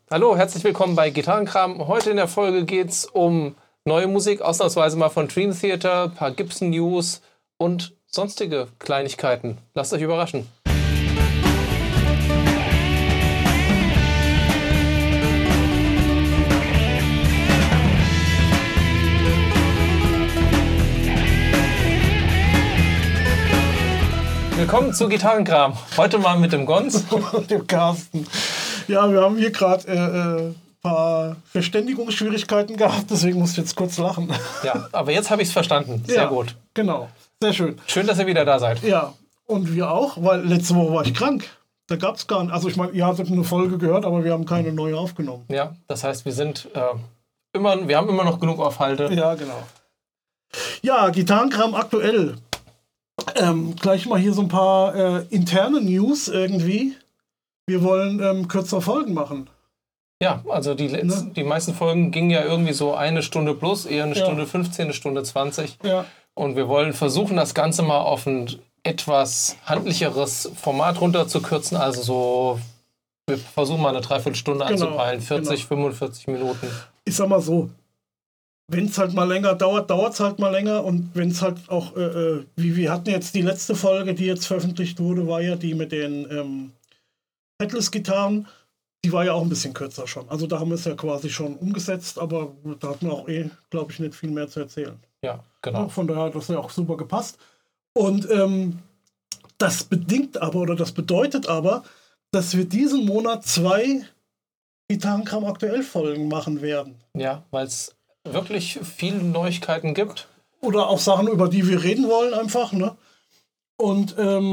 Hallo, herzlich willkommen bei Gitarrenkram. Heute in der Folge geht es um neue Musik, ausnahmsweise mal von Dream Theater, ein paar Gibson News und sonstige Kleinigkeiten. Lasst euch überraschen. Willkommen zu Gitarrenkram. Heute mal mit dem Gons. Und dem Carsten. Ja, wir haben hier gerade ein paar Verständigungsschwierigkeiten gehabt, deswegen muss ich jetzt kurz lachen. Ja, aber jetzt habe ich es verstanden. Sehr gut. Genau, sehr schön. Schön, dass ihr wieder da seid. Ja, und wir auch, weil letzte Woche war ich krank. Da gab es gar nicht, also ich meine, ihr hattet eine Folge gehört, aber wir haben keine neue aufgenommen. Ja, das heißt, wir sind wir haben immer noch genug Aufhalte. Ja, genau. Ja, Gitarrenkram aktuell. Gleich mal hier so ein paar interne News irgendwie. Wir wollen kürzer Folgen machen. Ja, also die meisten Folgen gingen ja irgendwie so eine Stunde plus, eher eine Stunde 15, eine Stunde 20. Ja. Und wir wollen versuchen, das Ganze mal auf ein etwas handlicheres Format runterzukürzen. Also so, wir versuchen mal eine Dreiviertelstunde anzupeilen, 45 Minuten. Ich sag mal so, wenn es halt mal länger dauert, dauert es halt mal länger. Und wenn es halt auch, wie wir hatten jetzt die letzte Folge, die jetzt veröffentlicht wurde, war ja die mit den Headless-Gitarren. Die war ja auch ein bisschen kürzer schon. Also da haben wir es ja quasi schon umgesetzt, aber da hatten wir auch glaube ich, nicht viel mehr zu erzählen. Ja, genau. Ja, von daher hat das ja auch super gepasst. Und das bedeutet aber, dass wir diesen Monat 2 Gitarrenkram aktuell Folgen machen werden. Ja, weil es wirklich viele Neuigkeiten gibt. Oder auch Sachen, über die wir reden wollen einfach, ne? Und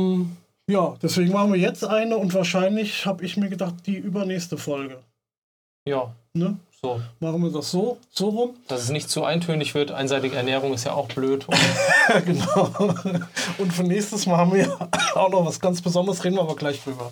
ja, deswegen machen wir jetzt eine und wahrscheinlich habe ich mir gedacht, die übernächste Folge. Ja, ne? So. Machen wir das so rum. Dass es nicht zu eintönig wird. Einseitige Ernährung ist ja auch blöd. Genau. Und für nächstes Mal haben wir auch noch was ganz Besonderes, reden wir aber gleich drüber.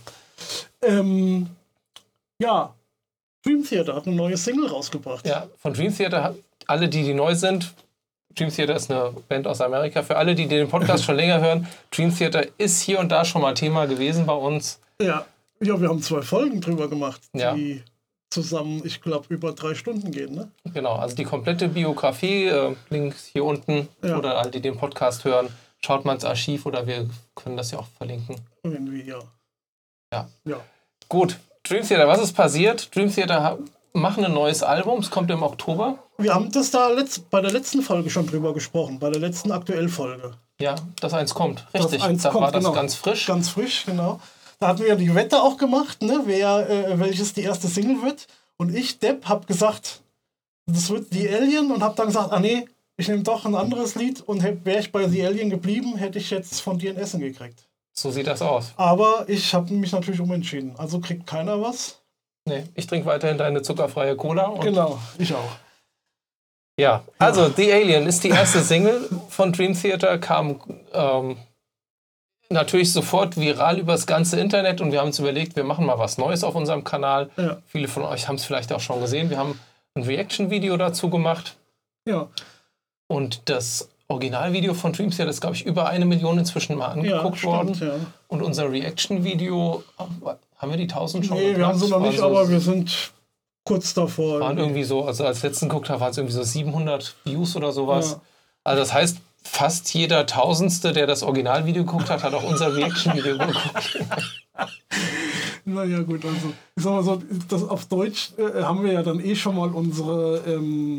Ja, Dream Theater hat eine neue Single rausgebracht. Ja, von Dream Theater, alle die neu sind, Dream Theater ist eine Band aus Amerika. Für alle, die den Podcast schon länger hören, Dream Theater ist hier und da schon mal Thema gewesen bei uns. Ja, wir haben 2 Folgen drüber gemacht, die zusammen, ich glaube, über 3 Stunden gehen. Ne? Genau, also die komplette Biografie, Links hier unten, oder alle, die den Podcast hören, schaut mal ins Archiv oder wir können das ja auch verlinken. Irgendwie, ja. Gut, Dream Theater, was ist passiert? Dream Theater machen ein neues Album, es kommt im Oktober. Wir haben das da bei der letzten Folge schon drüber gesprochen, bei der letzten Aktuell-Folge. Ja, dass eins kommt, richtig. Da war das ganz frisch. Ganz frisch, genau. Da hatten wir ja die Wette auch gemacht, ne, welches die erste Single wird. Und ich, Depp, habe gesagt, das wird The Alien und habe dann gesagt, nee, ich nehme doch ein anderes Lied und wäre ich bei The Alien geblieben, hätte ich jetzt von dir ein Essen gekriegt. So sieht das aus. Aber ich habe mich natürlich umentschieden. Also kriegt keiner was. Nee, ich trinke weiterhin deine zuckerfreie Cola. Genau, ich auch. Ja, also The Alien ist die erste Single von Dream Theater, kam natürlich sofort viral übers ganze Internet und wir haben uns überlegt, wir machen mal was Neues auf unserem Kanal. Ja. Viele von euch haben es vielleicht auch schon gesehen. Wir haben ein Reaction-Video dazu gemacht. Ja. Und das Originalvideo von Dream Theater ist, glaube ich, über 1 Million inzwischen mal angeguckt worden. Ja. Und unser Reaction-Video, haben wir die 1000 schon? Nee, wir haben sie noch nicht, aber wir sind kurz davor. Waren irgendwie so, also als letzten geguckt habe, waren es irgendwie so 700 Views oder sowas. Ja. Also das heißt, fast jeder Tausendste, der das Originalvideo geguckt hat, hat auch unser Reaction-Video geguckt. Naja gut, also ich sag mal so, das auf Deutsch haben wir ja dann schon mal unsere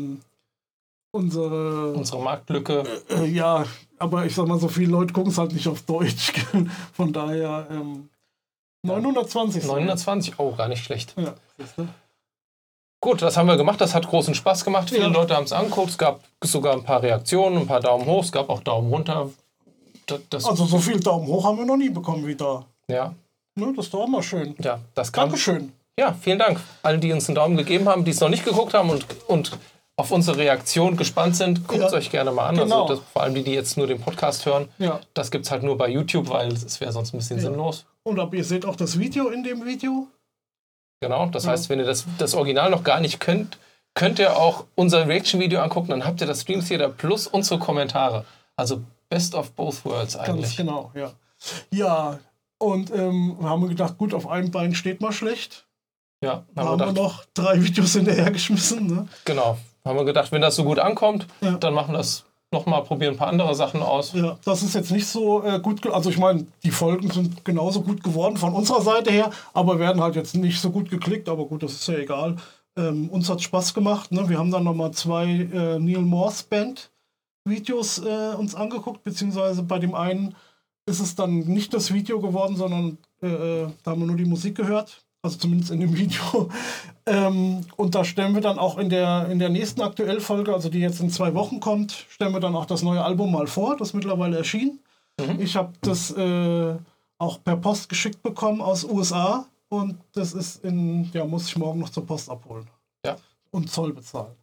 Marktlücke. Ja, aber ich sag mal, so viele Leute gucken es halt nicht auf Deutsch. Von daher 920. 920, oh, gar nicht schlecht. Ja, siehst du? Gut, das haben wir gemacht, das hat großen Spaß gemacht. Viele Leute haben es angeguckt, es gab sogar ein paar Reaktionen, ein paar Daumen hoch, es gab auch Daumen runter. Also so viel Daumen hoch haben wir noch nie bekommen wie da. Ja. Ne, das ist doch auch mal schön. Ja, das kam. Dankeschön. Ja, vielen Dank. Allen, die uns einen Daumen gegeben haben, die es noch nicht geguckt haben und auf unsere Reaktion gespannt sind, guckt es euch gerne mal an. Genau. Also vor allem die jetzt nur den Podcast hören. Ja. Das gibt es halt nur bei YouTube, weil es wäre sonst ein bisschen sinnlos. Und aber ihr seht auch das Video in dem Video. Genau, das heißt, wenn ihr das Original noch gar nicht könnt ihr auch unser Reaction-Video angucken, dann habt ihr das Dream Theater plus unsere Kommentare. Also best of both worlds eigentlich. Ganz genau, ja. Ja, und haben wir gedacht, gut, auf einem Bein steht mal schlecht. Ja, haben wir noch 3 Videos hinterhergeschmissen. Ne? Genau. Haben wir gedacht, wenn das so gut ankommt, dann machen wir das nochmal, probieren ein paar andere Sachen aus. Ja, das ist jetzt nicht so gut, also ich meine, die Folgen sind genauso gut geworden von unserer Seite her, aber werden halt jetzt nicht so gut geklickt, aber gut, das ist ja egal. Uns hat Spaß gemacht, ne? Wir haben dann nochmal 2 Neil Morse Band Videos uns angeguckt, beziehungsweise bei dem einen ist es dann nicht das Video geworden, sondern da haben wir nur die Musik gehört, also zumindest in dem Video. Und da stellen wir dann auch in der nächsten Aktuellfolge, also die jetzt in 2 Wochen kommt, stellen wir dann auch das neue Album mal vor, das mittlerweile erschien. Ich habe das auch per Post geschickt bekommen aus USA und das ist muss ich morgen noch zur Post abholen. Ja. Und Zoll bezahlen.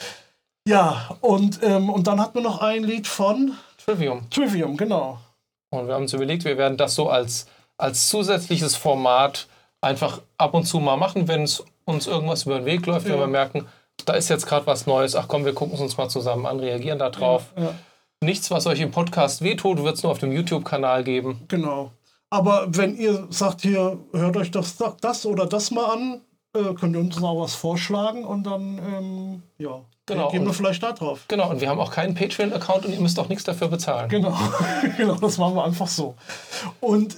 Ja, und dann hatten wir noch ein Lied von Trivium, genau. Und wir haben uns überlegt, wir werden das so als zusätzliches Format einfach ab und zu mal machen, wenn es uns irgendwas über den Weg läuft, wenn wir merken, da ist jetzt gerade was Neues, ach komm, wir gucken es uns mal zusammen an, reagieren da drauf. Ja. Nichts, was euch im Podcast wehtut, wird es nur auf dem YouTube-Kanal geben. Genau. Aber wenn ihr sagt, hier, hört euch das oder das mal an, könnt ihr uns auch was vorschlagen und dann, gehen wir vielleicht da drauf. Genau, und wir haben auch keinen Patreon-Account und ihr müsst auch nichts dafür bezahlen. Genau, genau, das machen wir einfach so. Und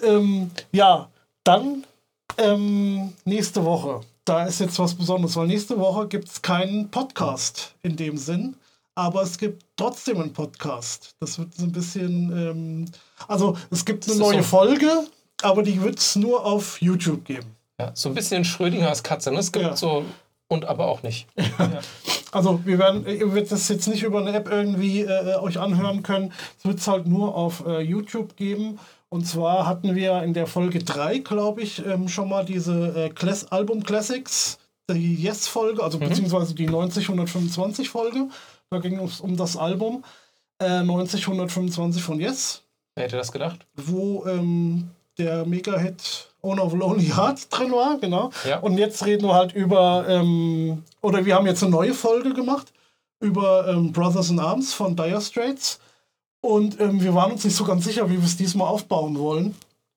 dann nächste Woche, da ist jetzt was Besonderes, weil nächste Woche gibt es keinen Podcast in dem Sinn, aber es gibt trotzdem einen Podcast. Das wird so ein bisschen, es gibt eine neue Folge, aber die wird es nur auf YouTube geben. Ja, so ein bisschen Schrödingers Katze, ne? Es gibt so und aber auch nicht. Ja. Also ihr werdet das jetzt nicht über eine App irgendwie euch anhören können. Es wird es halt nur auf YouTube geben. Und zwar hatten wir in der Folge 3, glaube ich, schon mal diese Album Classics, die Yes-Folge, also beziehungsweise die 90-125-Folge. Da ging es um das Album 90-125 von Yes. Wer hätte das gedacht? Wo der Mega-Hit Owner of a Lonely Heart drin war, genau. Ja. Und jetzt reden wir halt über, wir haben jetzt eine neue Folge gemacht über Brothers in Arms von Dire Straits. Und wir waren uns nicht so ganz sicher, wie wir es diesmal aufbauen wollen.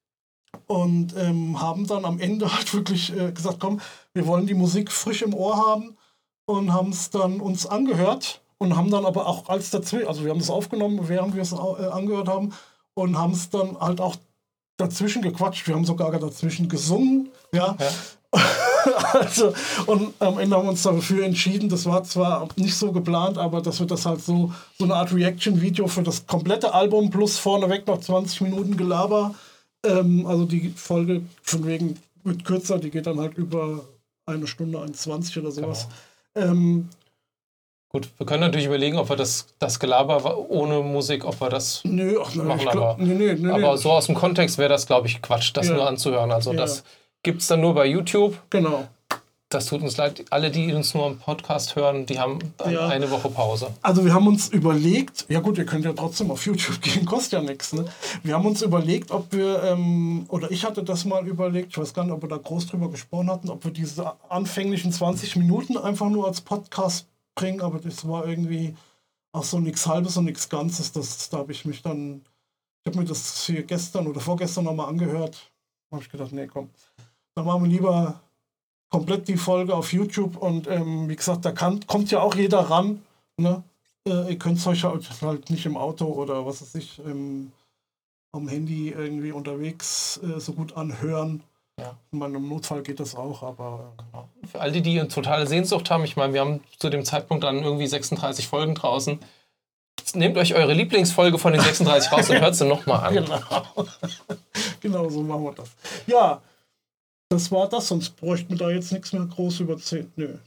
Und haben dann am Ende halt wirklich gesagt, komm, wir wollen die Musik frisch im Ohr haben. Und haben es dann uns angehört. Und haben dann aber auch als dazwischen, also wir haben es aufgenommen, während wir es angehört haben. Und haben es dann halt auch dazwischen gequatscht. Wir haben sogar dazwischen gesungen. Ja. Also, und am Ende haben wir uns dafür entschieden, das war zwar nicht so geplant, aber dass wir das halt so eine Art Reaction-Video für das komplette Album plus vorneweg noch 20 Minuten Gelaber. Also die Folge von wegen wird kürzer, die geht dann halt über 1 Stunde 1,20 oder sowas. Genau. Gut, wir können natürlich überlegen, ob wir das Gelaber ohne Musik, ob wir das machen. Aber so aus dem Kontext wäre das, glaube ich, Quatsch, das nur anzuhören. Also das gibt es dann nur bei YouTube. Genau. Das tut uns leid. Alle, die uns nur im Podcast hören, die haben dann eine Woche Pause. Also wir haben uns überlegt, ja gut, ihr könnt ja trotzdem auf YouTube gehen, kostet ja nichts. Ne? Wir haben uns überlegt, ob wir, oder ich hatte das mal überlegt, ich weiß gar nicht, ob wir da groß drüber gesprochen hatten, ob wir diese anfänglichen 20 Minuten einfach nur als Podcast bringen, aber das war irgendwie auch so nichts Halbes und nichts Ganzes. Da habe ich habe mir das hier gestern oder vorgestern nochmal angehört. Da habe ich gedacht, nee, komm, dann machen wir lieber komplett die Folge auf YouTube und wie gesagt, da kommt ja auch jeder ran. Ne? Ihr könnt es euch halt nicht im Auto oder was weiß ich, am Handy irgendwie unterwegs so gut anhören. Ja. Ich meine, im Notfall geht das auch, aber... Für all die, die eine totale Sehnsucht haben, ich meine, wir haben zu dem Zeitpunkt dann irgendwie 36 Folgen draußen. Nehmt euch eure Lieblingsfolge von den 36 raus und hört sie nochmal an. Genau. Genau, so machen wir das. Ja, das war das, sonst bräuchten wir da jetzt nichts mehr groß über 10. Nö.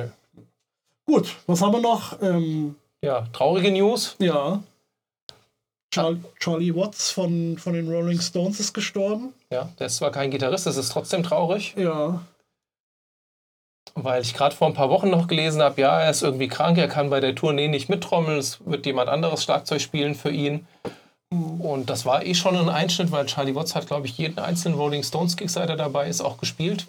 Gut, was haben wir noch? Traurige News. Ja. Charlie Watts von den Rolling Stones ist gestorben. Ja, der ist zwar kein Gitarrist, das ist trotzdem traurig. Ja. Weil ich gerade vor ein paar Wochen noch gelesen habe, er ist irgendwie krank, er kann bei der Tournee nicht mittrommeln, es wird jemand anderes Schlagzeug spielen für ihn. Und das war schon ein Einschnitt, weil Charlie Watts hat, glaube ich, jeden einzelnen Rolling Stones-Gig, seit er dabei ist, auch gespielt.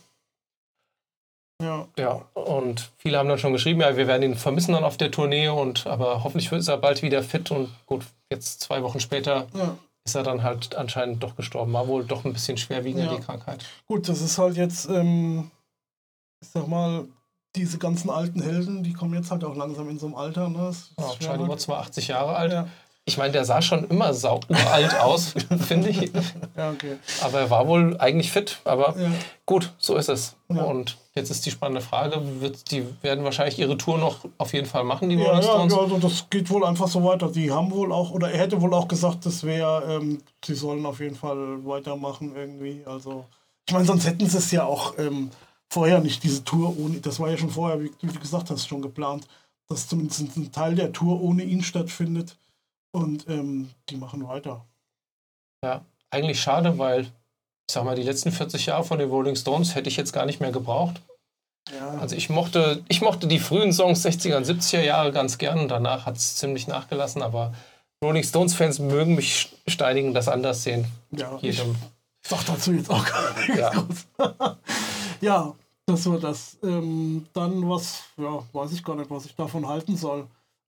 Ja, und viele haben dann schon geschrieben, wir werden ihn vermissen dann auf der Tournee, aber hoffentlich ist er bald wieder fit und gut, jetzt 2 Wochen später ist er dann halt anscheinend doch gestorben. War wohl doch ein bisschen schwerwiegender, die Krankheit. Gut, das ist halt jetzt ich sag mal, diese ganzen alten Helden, die kommen jetzt halt auch langsam in so einem Alter. Ne? Charlie Watts war 80 Jahre alt. Ja. Ich meine, der sah schon immer uralt aus, finde ich. Ja, okay. Aber er war wohl eigentlich fit. Aber gut, so ist es. Ja. Und jetzt ist die spannende Frage, die werden wahrscheinlich ihre Tour noch auf jeden Fall machen, die Rolling Stones? Ja, also das geht wohl einfach so weiter. Die haben wohl auch, oder er hätte wohl auch gesagt, das wäre, sie sollen auf jeden Fall weitermachen irgendwie. Also, ich meine, sonst hätten sie es ja auch vorher nicht, diese Tour ohne, das war ja schon vorher, wie du gesagt hast, schon geplant, dass zumindest ein Teil der Tour ohne ihn stattfindet. Und die machen weiter. Ja, eigentlich schade, weil, ich sag mal, die letzten 40 Jahre von den Rolling Stones hätte ich jetzt gar nicht mehr gebraucht. Ja. Also ich mochte die frühen Songs 60er und 70er Jahre ganz gern und danach hat es ziemlich nachgelassen, aber Rolling Stones-Fans mögen mich steinigen, das anders sehen. Ja, ich sag dazu jetzt auch gar nichts. Ja. Ja, das war das. Dann weiß ich gar nicht, was ich davon halten soll.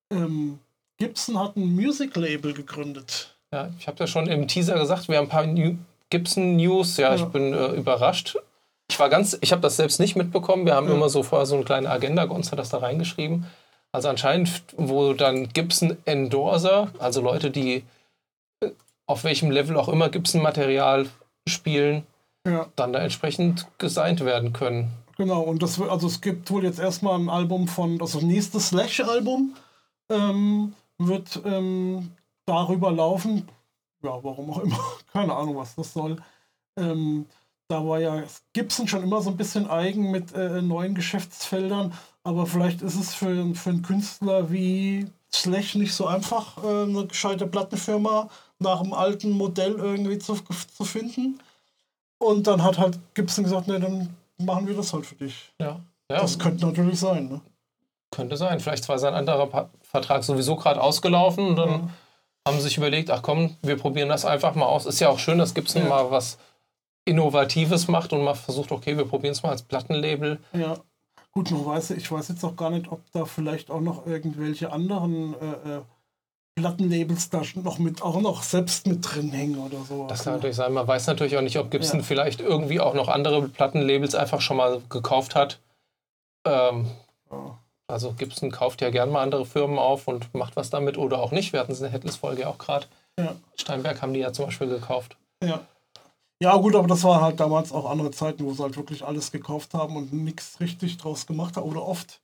Gibson hat ein Music-Label gegründet. Ja, ich habe ja schon im Teaser gesagt, wir haben ein paar Gibson-News. Ja, ich bin überrascht. Ich habe das selbst nicht mitbekommen. Wir haben immer so vorher so eine kleine Agenda, Gonz hat das da reingeschrieben. Also anscheinend, wo dann Gibson-Endorser, also Leute, die auf welchem Level auch immer Gibson-Material spielen, dann da entsprechend gesigned werden können. Genau, und es gibt wohl jetzt erstmal ein Album das nächste Slash-Album wird darüber laufen. Ja, warum auch immer. Keine Ahnung, was das soll. Da war ja Gibson schon immer so ein bisschen eigen mit neuen Geschäftsfeldern. Aber vielleicht ist es für einen Künstler wie Slash nicht so einfach, eine gescheite Plattenfirma nach einem alten Modell irgendwie zu finden. Und dann hat halt Gibson gesagt, ne, dann machen wir das halt für dich. Ja. Das könnte natürlich sein, ne? Könnte sein. Vielleicht war sein anderer Vertrag sowieso gerade ausgelaufen und dann haben sie sich überlegt, ach komm, wir probieren das einfach mal aus. Ist ja auch schön, dass Gibson mal was Innovatives macht und mal versucht, okay, wir probieren es mal als Plattenlabel. Ja, gut, ich weiß jetzt auch gar nicht, ob da vielleicht auch noch irgendwelche anderen Plattenlabels da auch noch selbst mit drin hängen oder so. Das kann natürlich sein. Man weiß natürlich auch nicht, ob Gibson vielleicht irgendwie auch noch andere Plattenlabels einfach schon mal gekauft hat. Also Gibson kauft ja gern mal andere Firmen auf und macht was damit oder auch nicht. Wir hatten es in der Headless-Folge auch gerade. Ja. Steinberg haben die ja zum Beispiel gekauft. Ja gut, aber das waren halt damals auch andere Zeiten, wo sie halt wirklich alles gekauft haben und nichts richtig draus gemacht haben oder oft.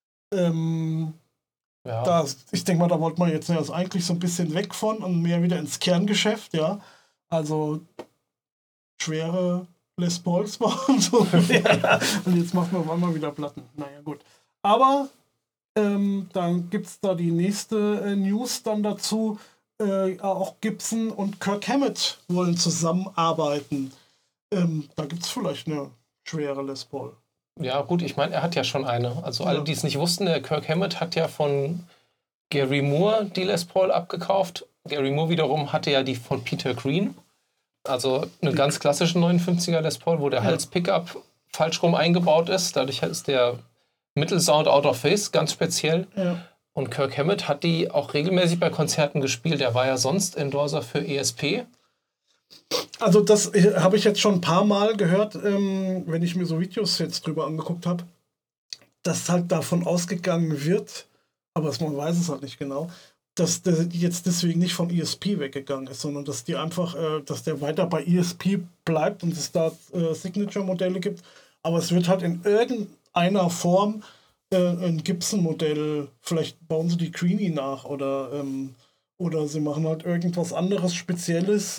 Ich denke mal, da wollte man jetzt eigentlich so ein bisschen weg von und mehr wieder ins Kerngeschäft, ja. Also schwere Les Pauls machen so. Und jetzt macht man auf einmal wieder Platten. Naja, gut. Aber dann gibt es da die nächste News dann dazu. Auch Gibson und Kirk Hammett wollen zusammenarbeiten. Da gibt es vielleicht eine schwere Les Paul. Ja gut, ich meine, er hat ja schon eine. Also alle, die es nicht wussten, der Kirk Hammett hat ja von Gary Moore die Les Paul abgekauft. Gary Moore wiederum hatte ja die von Peter Green. Also eine ganz klassische 59er Les Paul, wo der Hals-Pickup falsch rum eingebaut ist. Dadurch ist der Mittelsound out of phase, ganz speziell. Ja. Und Kirk Hammett hat die auch regelmäßig bei Konzerten gespielt. Er war ja sonst Endorser für ESP. Also das habe ich jetzt schon ein paar Mal gehört, wenn ich mir so Videos jetzt drüber angeguckt habe, dass halt davon ausgegangen wird, aber man weiß es halt nicht genau, dass der jetzt deswegen nicht von ESP weggegangen ist, sondern dass die einfach, dass der weiter bei ESP bleibt und es da Signature-Modelle gibt. Aber es wird halt in irgendeiner Form ein Gibson-Modell, vielleicht bauen sie die Greenie nach oder sie machen halt irgendwas anderes Spezielles,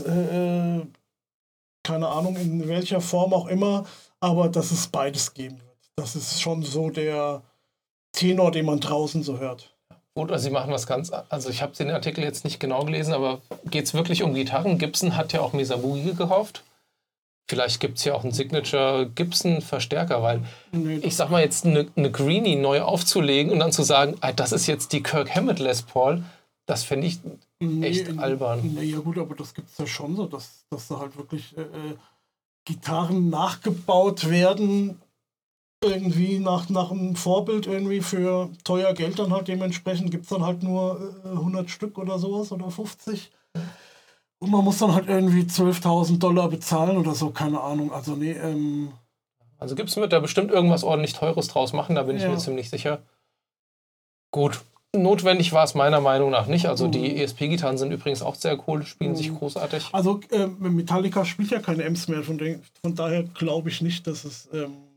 keine Ahnung in welcher Form auch immer, aber dass es beides geben wird. Das ist schon so der Tenor, den man draußen so hört. Gut, also sie machen was also ich habe den Artikel jetzt nicht genau gelesen, aber geht es wirklich um Gitarren? Gibson hat ja auch Mesa Boogie gekauft. Vielleicht gibt es ja auch einen Signature Gibson-Verstärker, weil ich sag mal jetzt eine Greenie neu aufzulegen und dann zu sagen, das ist jetzt die Kirk Hammett Les Paul, das fände ich echt albern. Ja gut, aber das gibt es ja schon so, dass da halt wirklich Gitarren nachgebaut werden, irgendwie nach einem Vorbild irgendwie für teuer Geld dann halt dementsprechend gibt es dann halt nur 100 Stück oder sowas oder 50. Und man muss dann halt irgendwie $12.000 bezahlen oder so, keine Ahnung. Also Also Gibson wird da bestimmt irgendwas ordentlich Teures draus machen, da bin ich mir ziemlich sicher. Gut, notwendig war es meiner Meinung nach nicht. Also die ESP-Gitarren sind übrigens auch sehr cool, spielen sich großartig. Also Metallica spielt ja keine Amps mehr, von daher glaube ich nicht, dass es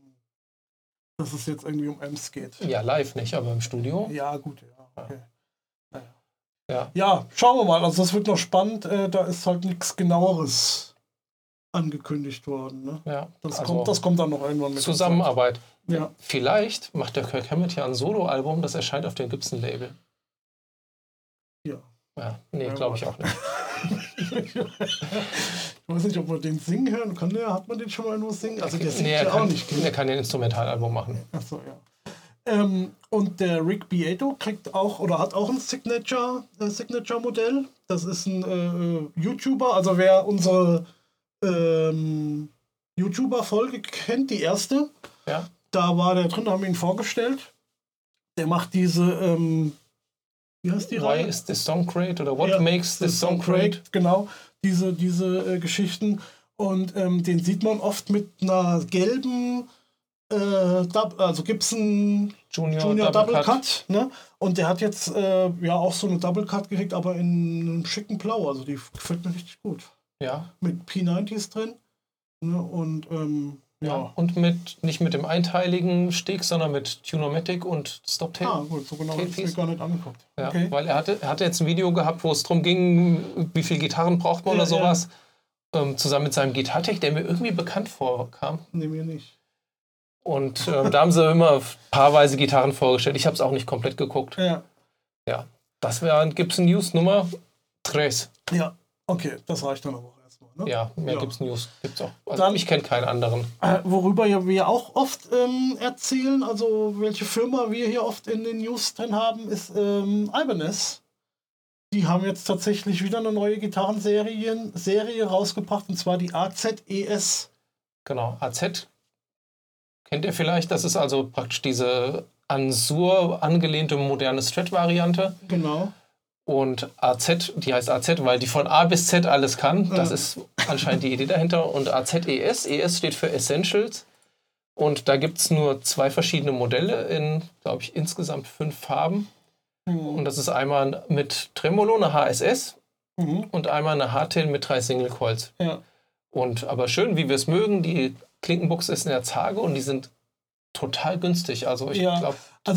jetzt irgendwie um Amps geht. Ja, live nicht, aber im Studio. Ja, gut, ja. Okay. Ja, schauen wir mal. Also das wird noch spannend. Da ist halt nichts Genaueres angekündigt worden. Ne? Ja, das kommt dann noch irgendwann mit. Zusammenarbeit. Ja. Vielleicht macht der Kirk Hammett ja ein Soloalbum, das erscheint auf dem Gibson-Label. Ja. Ja, nee, glaube ich auch nicht. Ich weiß nicht, ob man den singen hören kann. Hat man den schon mal nur singen? Also der singt ja auch nicht. Er kann ein Instrumentalalbum machen. Achso, ja. Und der Rick Beato kriegt auch oder hat auch ein Signature-Modell. Das ist ein YouTuber. Also wer unsere YouTuber-Folge kennt, die erste, da war der drin, haben wir ihn vorgestellt. Der macht diese, wie heißt die Reihe? Why is this song great? Oder What makes this song great? Genau, diese Geschichten. Und den sieht man oft mit einer gelben also Gibson Junior Double Cut, ne? Und der hat jetzt auch so eine Double Cut gekriegt, aber in einem schicken Blau. Also die gefällt mir richtig gut. Ja. Mit P90s drin. Ne? Und und nicht mit dem einteiligen Steg, sondern mit Tunomatic und Stop-Tape. Ah, gut, so genau habe ich mir gar nicht angeguckt. Ja, okay. Weil er hatte jetzt ein Video gehabt, wo es darum ging, wie viele Gitarren braucht man oder sowas. Zusammen mit seinem Gitartech, der mir irgendwie bekannt vorkam. Nee, mir nicht. Und da haben sie immer paarweise Gitarren vorgestellt. Ich habe es auch nicht komplett geguckt. Ja. Das wäre ein Gibson News Nummer 3. Ja, okay, das reicht dann aber auch erstmal. Ne? Ja, mehr Gibson News gibt es auch. Also ich kenne keinen anderen. Worüber wir auch oft erzählen, also welche Firma wir hier oft in den News drin haben, ist Ibanez. Die haben jetzt tatsächlich wieder eine neue Gitarrenserie rausgebracht, und zwar die AZ-ES. Genau, AZ kennt ihr vielleicht, das ist also praktisch diese an Sur angelehnte moderne Strat-Variante. Genau. Und AZ, die heißt AZ, weil die von A bis Z alles kann. Das ist anscheinend die Idee dahinter. Und AZ-ES, ES steht für Essentials. Und da gibt es nur 2 verschiedene Modelle in, glaube ich, insgesamt 5 Farben. Und das ist einmal mit Tremolo, eine HSS, und einmal eine Hardtail mit 3 Single Coils. Ja. Und aber schön, wie wir es mögen, die Klinkenbuchse ist in der Zage und die sind total günstig. Also ich glaube,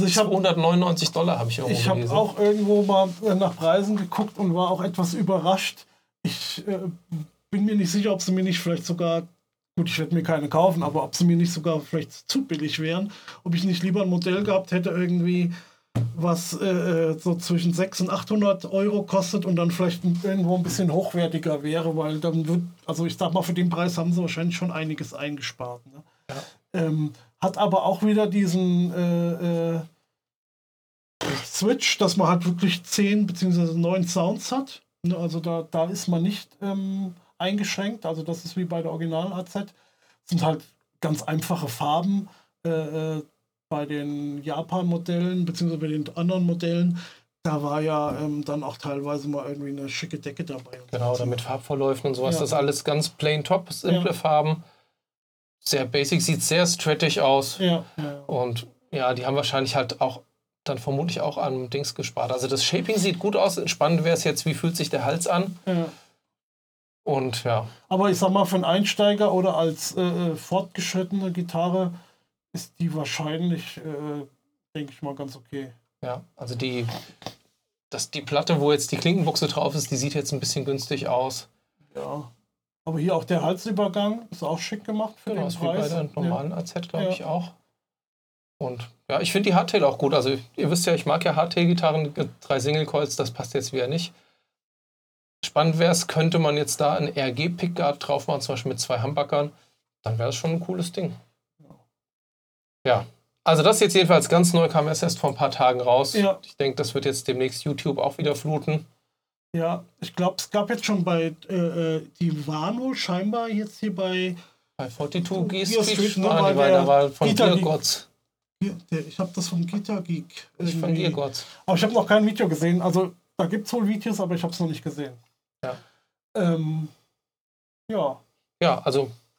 $299 habe ich irgendwo gelesen. Ich habe auch irgendwo mal nach Preisen geguckt und war auch etwas überrascht. Ich bin mir nicht sicher, ob sie mir nicht vielleicht sogar, gut, ich werde mir keine kaufen, aber ob sie mir nicht sogar vielleicht zu billig wären. Ob ich nicht lieber ein Modell gehabt hätte, irgendwie was so zwischen 600 und 800 Euro kostet und dann vielleicht irgendwo ein bisschen hochwertiger wäre, weil dann wird, also ich sag mal, für den Preis haben sie wahrscheinlich schon einiges eingespart. Ne? Ja. Hat aber auch wieder diesen Switch, dass man halt wirklich 10 bzw. 9 Sounds hat. Ne? Also da ist man nicht eingeschränkt. Also das ist wie bei der Original AZ. Sind halt ganz einfache Farben. Bei den Japan-Modellen bzw. bei den anderen Modellen, da war ja dann auch teilweise mal irgendwie eine schicke Decke dabei. Genau, oder mit Farbverläufen und sowas. Ja. Das ist alles ganz plain top, simple Farben. Sehr basic, sieht sehr stretchig aus. Ja. Und ja, die haben wahrscheinlich halt auch dann vermutlich auch an Dings gespart. Also das Shaping sieht gut aus. Spannend wäre es jetzt, wie fühlt sich der Hals an. Ja. Und ja. Aber ich sag mal, für einen Einsteiger oder als fortgeschrittene Gitarre ist die wahrscheinlich, denke ich mal, ganz okay. Ja, also die Platte, wo jetzt die Klinkenbuchse drauf ist, die sieht jetzt ein bisschen günstig aus. Ja, aber hier auch der Halsübergang ist auch schick gemacht für den Preis. Genau, ist wie bei der normalen AZ, glaube ich, auch. Und ja, ich finde die Hardtail auch gut. Also ihr wisst ja, ich mag ja Hardtail-Gitarren, 3 Single Coils, das passt jetzt wieder nicht. Spannend wäre es, könnte man jetzt da ein RG-Pickguard drauf machen, zum Beispiel mit 2 Humbuckern, dann wäre es schon ein cooles Ding. Ja, also das jetzt jedenfalls ganz neu, kam erst vor ein paar Tagen raus. Ja. Ich denke, das wird jetzt demnächst YouTube auch wieder fluten. Ja, ich glaube, es gab jetzt schon bei die waren wohl scheinbar jetzt hier bei 42 Gear Street, ne, da war von Gear Gods. Ich habe das von Guitar Geek. Ich von Gear Gods. Aber ich habe noch kein Video gesehen. Also da gibt es wohl Videos, aber ich habe es noch nicht gesehen. Ja. Ja. Ja, also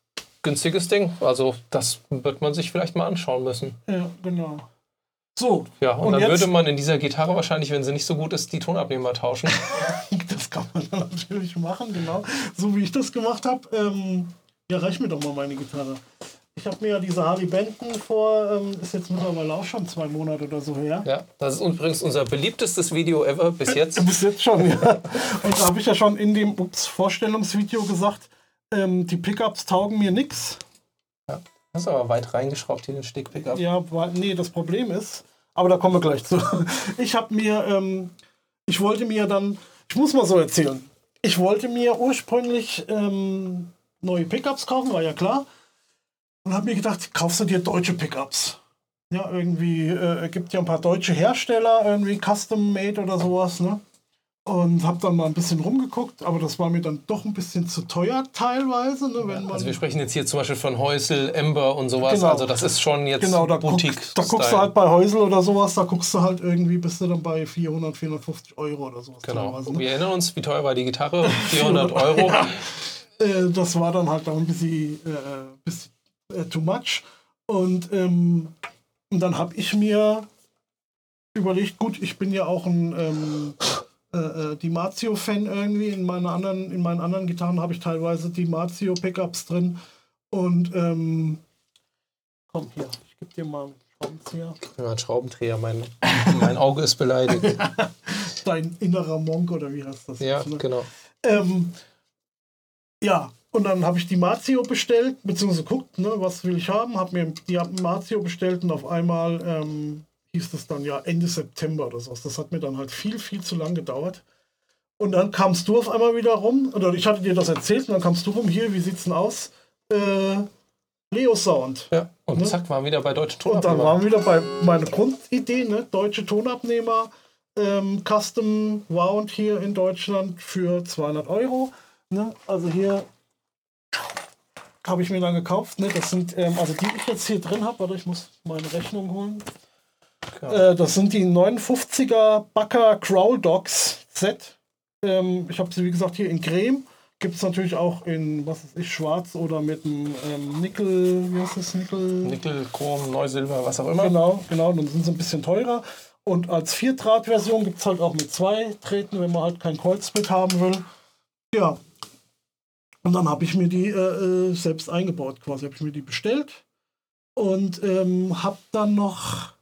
günstiges Ding. Also das wird man sich vielleicht mal anschauen müssen. Ja, genau. So. Ja, und dann würde man in dieser Gitarre wahrscheinlich, wenn sie nicht so gut ist, die Tonabnehmer tauschen. Das kann man dann natürlich machen, genau. So wie ich das gemacht habe. Ja, reich mir doch mal meine Gitarre. Ich habe mir ja diese Harley Benton ist jetzt mittlerweile auch schon 2 Monate oder so her. Ja, das ist übrigens unser beliebtestes Video ever bis jetzt. Bis jetzt schon, ja. Und da habe ich ja schon in dem Vorstellungsvideo gesagt, die Pickups taugen mir nix. Ja, das ist aber weit reingeschraubt hier, den Stick-Pickup. Ja, nee, das Problem ist, aber da kommen wir gleich zu. Ich wollte mir dann, ich muss mal so erzählen, ich wollte mir ursprünglich neue Pickups kaufen, war ja klar. Und habe mir gedacht, kaufst du dir deutsche Pickups? Ja, irgendwie gibt ja ein paar deutsche Hersteller, irgendwie custom-made oder sowas, ne? Und habe dann mal ein bisschen rumgeguckt, aber das war mir dann doch ein bisschen zu teuer teilweise. Ne, wenn man also wir sprechen jetzt hier zum Beispiel von Häusl, Ember und sowas, genau. Also das ist schon jetzt da Boutique. Da guckst du halt bei Häusl oder sowas, da guckst du halt irgendwie, bist du dann bei 400, 450 Euro oder sowas. Genau, ne? Wir erinnern uns, wie teuer war die Gitarre? 400 Euro. Ja. Das war dann halt auch ein bisschen too much. Und dann habe ich mir überlegt, gut, ich bin ja auch ein DiMarzio-Fan irgendwie. In meinen anderen Gitarren habe ich teilweise DiMarzio-Pickups drin. Und komm hier, ich gebe dir mal einen Schraubenzieher. Ja, ein Schraubendreher, mein Auge ist beleidigt. Dein innerer Monk oder wie heißt das? Ja, jetzt, ne? genau. Ja, und dann habe ich DiMarzio bestellt, beziehungsweise geguckt, ne, was will ich haben, habe mir DiMarzio bestellt und auf einmal hieß es dann ja Ende September oder so. Das hat mir dann halt viel, viel zu lang gedauert. Und dann kamst du auf einmal wieder rum, oder ich hatte dir das erzählt, und dann kamst du rum, hier, wie sieht's denn aus? Leo Sound. Ja, und ne? Zack, waren wir wieder bei deutschen Tonabnehmer. Und dann waren wir wieder bei meiner Grundidee, ne, deutsche Tonabnehmer, Custom Wound hier in Deutschland für 200 Euro. Ne? Also hier habe ich mir dann gekauft. Ne? Das sind, also die ich jetzt hier drin habe, warte, ich muss meine Rechnung holen. Das sind die 59er Backer Crowl Dogs Set. Ich habe sie, wie gesagt, hier in Creme. Gibt es natürlich auch in, was weiß ich, schwarz oder mit einem Nickel, wie heißt das? Nickel, Chrom, Neusilber, was auch immer. Genau, dann sind sie ein bisschen teurer. Und als 4-Draht-Version gibt es halt auch mit 2 Drähten, wenn man halt kein Kreuzsplit haben will. Ja. Und dann habe ich mir die selbst eingebaut quasi. Habe ich mir die bestellt und habe dann noch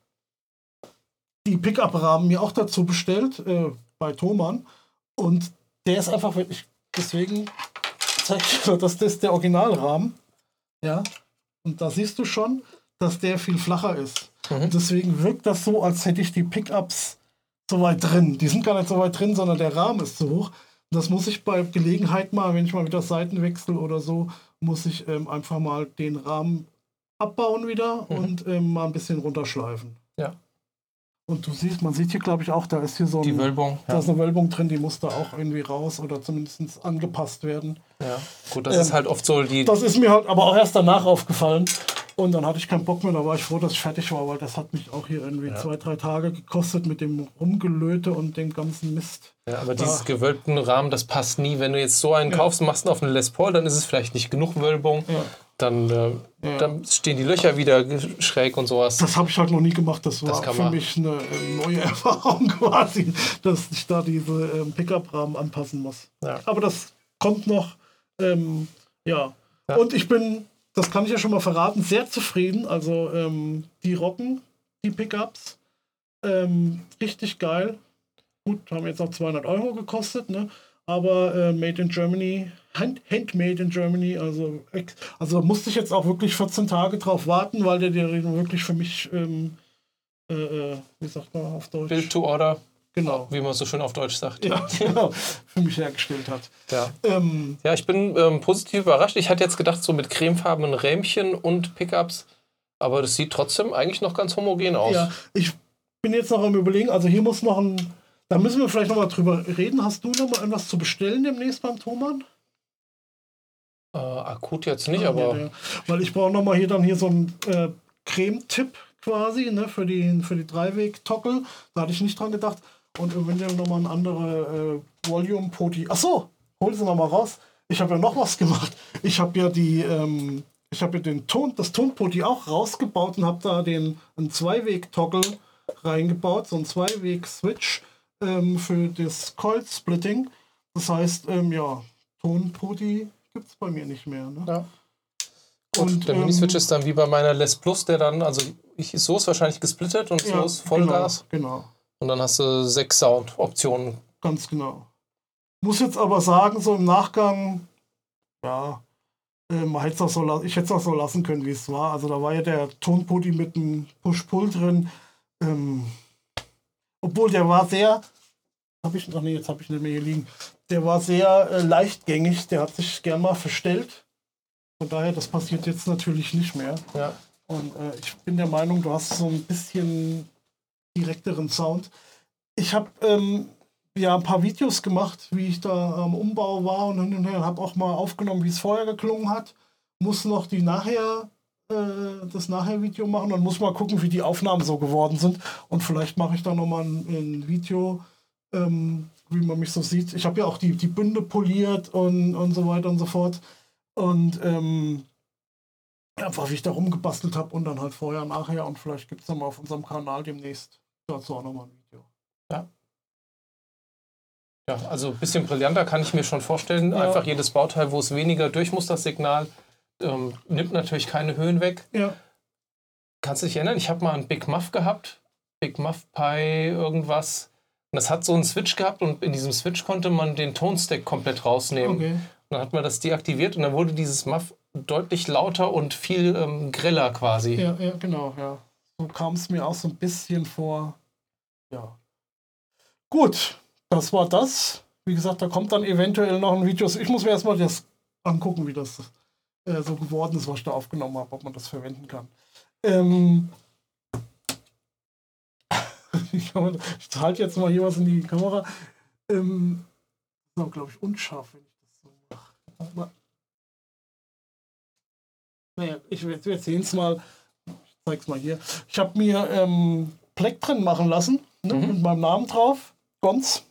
die Pickup-Rahmen mir auch dazu bestellt bei Thomann. Und der ist einfach wirklich, deswegen zeige ich nur, dass das der Originalrahmen. Ja. Und da siehst du schon, dass der viel flacher ist. Und deswegen wirkt das so, als hätte ich die Pickups so weit drin. Die sind gar nicht so weit drin, sondern der Rahmen ist zu hoch. Das muss ich bei Gelegenheit mal, wenn ich mal wieder Seiten wechsle oder so, muss ich einfach mal den Rahmen abbauen wieder und mal ein bisschen runterschleifen. Ja. Und du siehst, man sieht hier, glaube ich, auch, da ist hier so die Wölbung. Da ist eine Wölbung drin, die muss da auch irgendwie raus oder zumindest angepasst werden. Ja, gut, das ist halt oft so die... Das ist mir halt aber auch erst danach aufgefallen. Und dann hatte ich keinen Bock mehr, da war ich froh, dass ich fertig war, weil das hat mich auch hier irgendwie 2-3 Tage gekostet mit dem Rumgelöte und dem ganzen Mist. Ja, aber dieses gewölbten Rahmen, das passt nie. Wenn du jetzt so einen kaufst und machst ihn auf eine Les Paul, dann ist es vielleicht nicht genug Wölbung. Ja. Dann stehen die Löcher wieder schräg und sowas. Das habe ich halt noch nie gemacht. Das war für mich eine neue Erfahrung quasi, dass ich da diese Pickup-Rahmen anpassen muss. Ja. Aber das kommt noch. Ja. Und ich bin... Das kann ich ja schon mal verraten, sehr zufrieden. Also die rocken, die Pickups. Richtig geil. Gut, haben jetzt auch 200 Euro gekostet, ne? Aber made in Germany, handmade in Germany. Also musste ich jetzt auch wirklich 14 Tage drauf warten, weil der wirklich für mich, wie sagt man auf Deutsch? Build to order. Genau. Wie man so schön auf Deutsch sagt. Ja, genau. Für mich hergestellt hat. Ja, ja, ich bin positiv überrascht. Ich hatte jetzt gedacht, so mit cremefarbenen Rähmchen und Pickups. Aber das sieht trotzdem eigentlich noch ganz homogen aus. Ja, ich bin jetzt noch am Überlegen. Also hier muss noch da müssen wir vielleicht noch mal drüber reden. Hast du noch mal irgendwas zu bestellen demnächst beim Thomann? Akut jetzt nicht, aber... Ja. Weil ich brauche noch mal hier so einen Cremetipp quasi, ne, für die Dreiweg-Toggle. Da hatte ich nicht dran gedacht. Und wenn der nochmal eine andere Volume-Poti... Achso, hol sie nochmal raus. Ich habe ja noch was gemacht. Ich habe ja die ich habe das Tonpoti auch rausgebaut und habe da einen Zweiweg-Toggle reingebaut, so einen Zweiweg-Switch für das Coil-Splitting. Das heißt, Tonpoti gibt es bei mir nicht mehr. Ne? Ja. Und der Mini-Switch ist dann wie bei meiner Les Plus, der dann, so ist wahrscheinlich gesplittet und so ist Vollgas. Genau. Und dann hast du 6 Sound-Optionen. Ganz genau. Muss jetzt aber sagen, so im Nachgang, ich hätte es auch so lassen können, wie es war. Also da war ja der Tonpoti mit dem Push-Pull drin. Obwohl der war sehr, jetzt habe ich nicht mehr hier liegen. Der war sehr leichtgängig, der hat sich gern mal verstellt. Von daher, das passiert jetzt natürlich nicht mehr. Ja. Und ich bin der Meinung, du hast so ein bisschen direkteren Sound. Ich habe ein paar Videos gemacht, wie ich da am Umbau war und hin und her, habe auch mal aufgenommen, wie es vorher geklungen hat. Muss noch das Nachher-Video machen, dann muss mal gucken, wie die Aufnahmen so geworden sind. Und vielleicht mache ich da nochmal ein Video, wie man mich so sieht. Ich habe ja auch die Bünde poliert und so weiter und so fort. Und einfach wie ich da rumgebastelt habe und dann halt vorher, nachher und vielleicht gibt es dann mal auf unserem Kanal demnächst dazu auch nochmal ein Video. Ja. Ja, also ein bisschen brillanter kann ich mir schon vorstellen. Ja. Einfach jedes Bauteil, wo es weniger durch muss, das Signal, nimmt natürlich keine Höhen weg. Ja. Kannst du dich erinnern? Ich habe mal einen Big Muff gehabt. Big Muff Pi irgendwas. Und das hat so einen Switch gehabt und in diesem Switch konnte man den Tonstack komplett rausnehmen. Okay. Dann hat man das deaktiviert und dann wurde dieses Muff deutlich lauter und viel greller quasi. Ja, genau, ja. So kam es mir auch so ein bisschen vor. Ja. Gut, das war das. Wie gesagt, da kommt dann eventuell noch ein Video. Ich muss mir erstmal das angucken, wie das so geworden ist, was ich da aufgenommen habe, ob man das verwenden kann. Ich halte jetzt mal hier was in die Kamera. Das ist, glaube ich, unscharf, wenn ich das so mache. Naja, wir sehen es mal. Ich zeige es mal hier. Ich habe mir Plektren machen lassen, ne, mit meinem Namen drauf. Gons.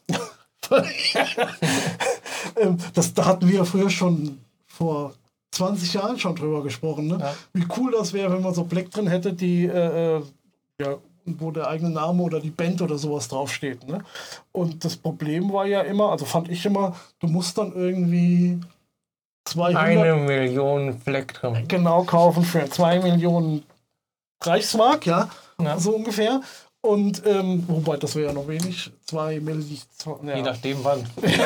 Da hatten wir ja früher schon vor 20 Jahren schon drüber gesprochen. Ne? Ja. Wie cool das wäre, wenn man so Plektren hätte, die wo der eigene Name oder die Band oder sowas draufsteht. Ne? Und das Problem war ja immer, also fand ich immer, du musst dann irgendwie 1 Million Plektren. Genau, kaufen für 2 Millionen Reichsmark, ja, so ungefähr. Und wobei, das wäre ja noch wenig, 2 Millionen. Ja. Je nachdem wann.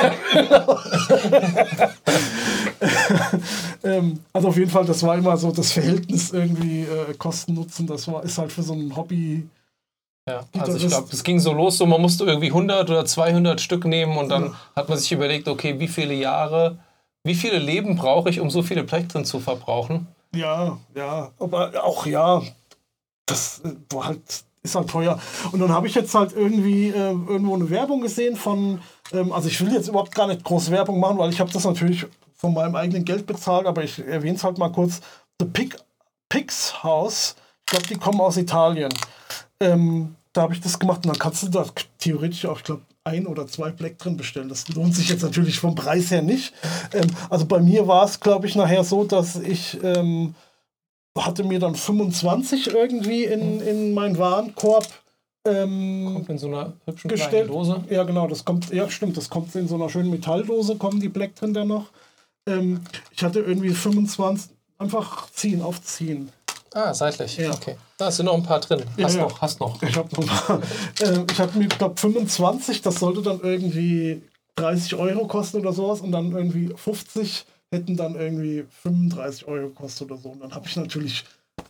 Also auf jeden Fall, das war immer so das Verhältnis irgendwie Kosten-Nutzen, ist halt für so ein Hobby. Ja, also ich glaube, es ging so los, so man musste irgendwie 100 oder 200 Stück nehmen und dann hat man sich überlegt, okay, wie viele Leben brauche ich, um so viele Plektren zu verbrauchen? Ja, aber auch das war halt, ist halt teuer. Und dann habe ich jetzt halt irgendwie irgendwo eine Werbung gesehen von, also ich will jetzt überhaupt gar nicht groß Werbung machen, weil ich habe das natürlich von meinem eigenen Geld bezahlt, aber ich erwähne es halt mal kurz. The Pigs House, ich glaube, die kommen aus Italien. Da habe ich das gemacht und dann kannst du da theoretisch auch, ich glaube, 1 oder 2 Plektren bestellen. Das lohnt sich jetzt natürlich vom Preis her nicht. Also bei mir war es, glaube ich, nachher so, dass ich hatte mir dann 25 irgendwie in meinen Warenkorb kommt in so einer hübschen gestellt. Kleinen Dose. Ja, genau, das kommt in so einer schönen Metalldose, kommen die Plektren dann noch. Ich hatte irgendwie 25, einfach aufziehen. Ah, seitlich. Ja. Okay. Da sind noch ein paar drin. Hast noch. Ich habe noch ein paar. Ich hatte mir, glaube 25, das sollte dann irgendwie 30 € kosten oder sowas und dann irgendwie 50 hätten dann irgendwie 35 € gekostet oder so. Und dann habe ich natürlich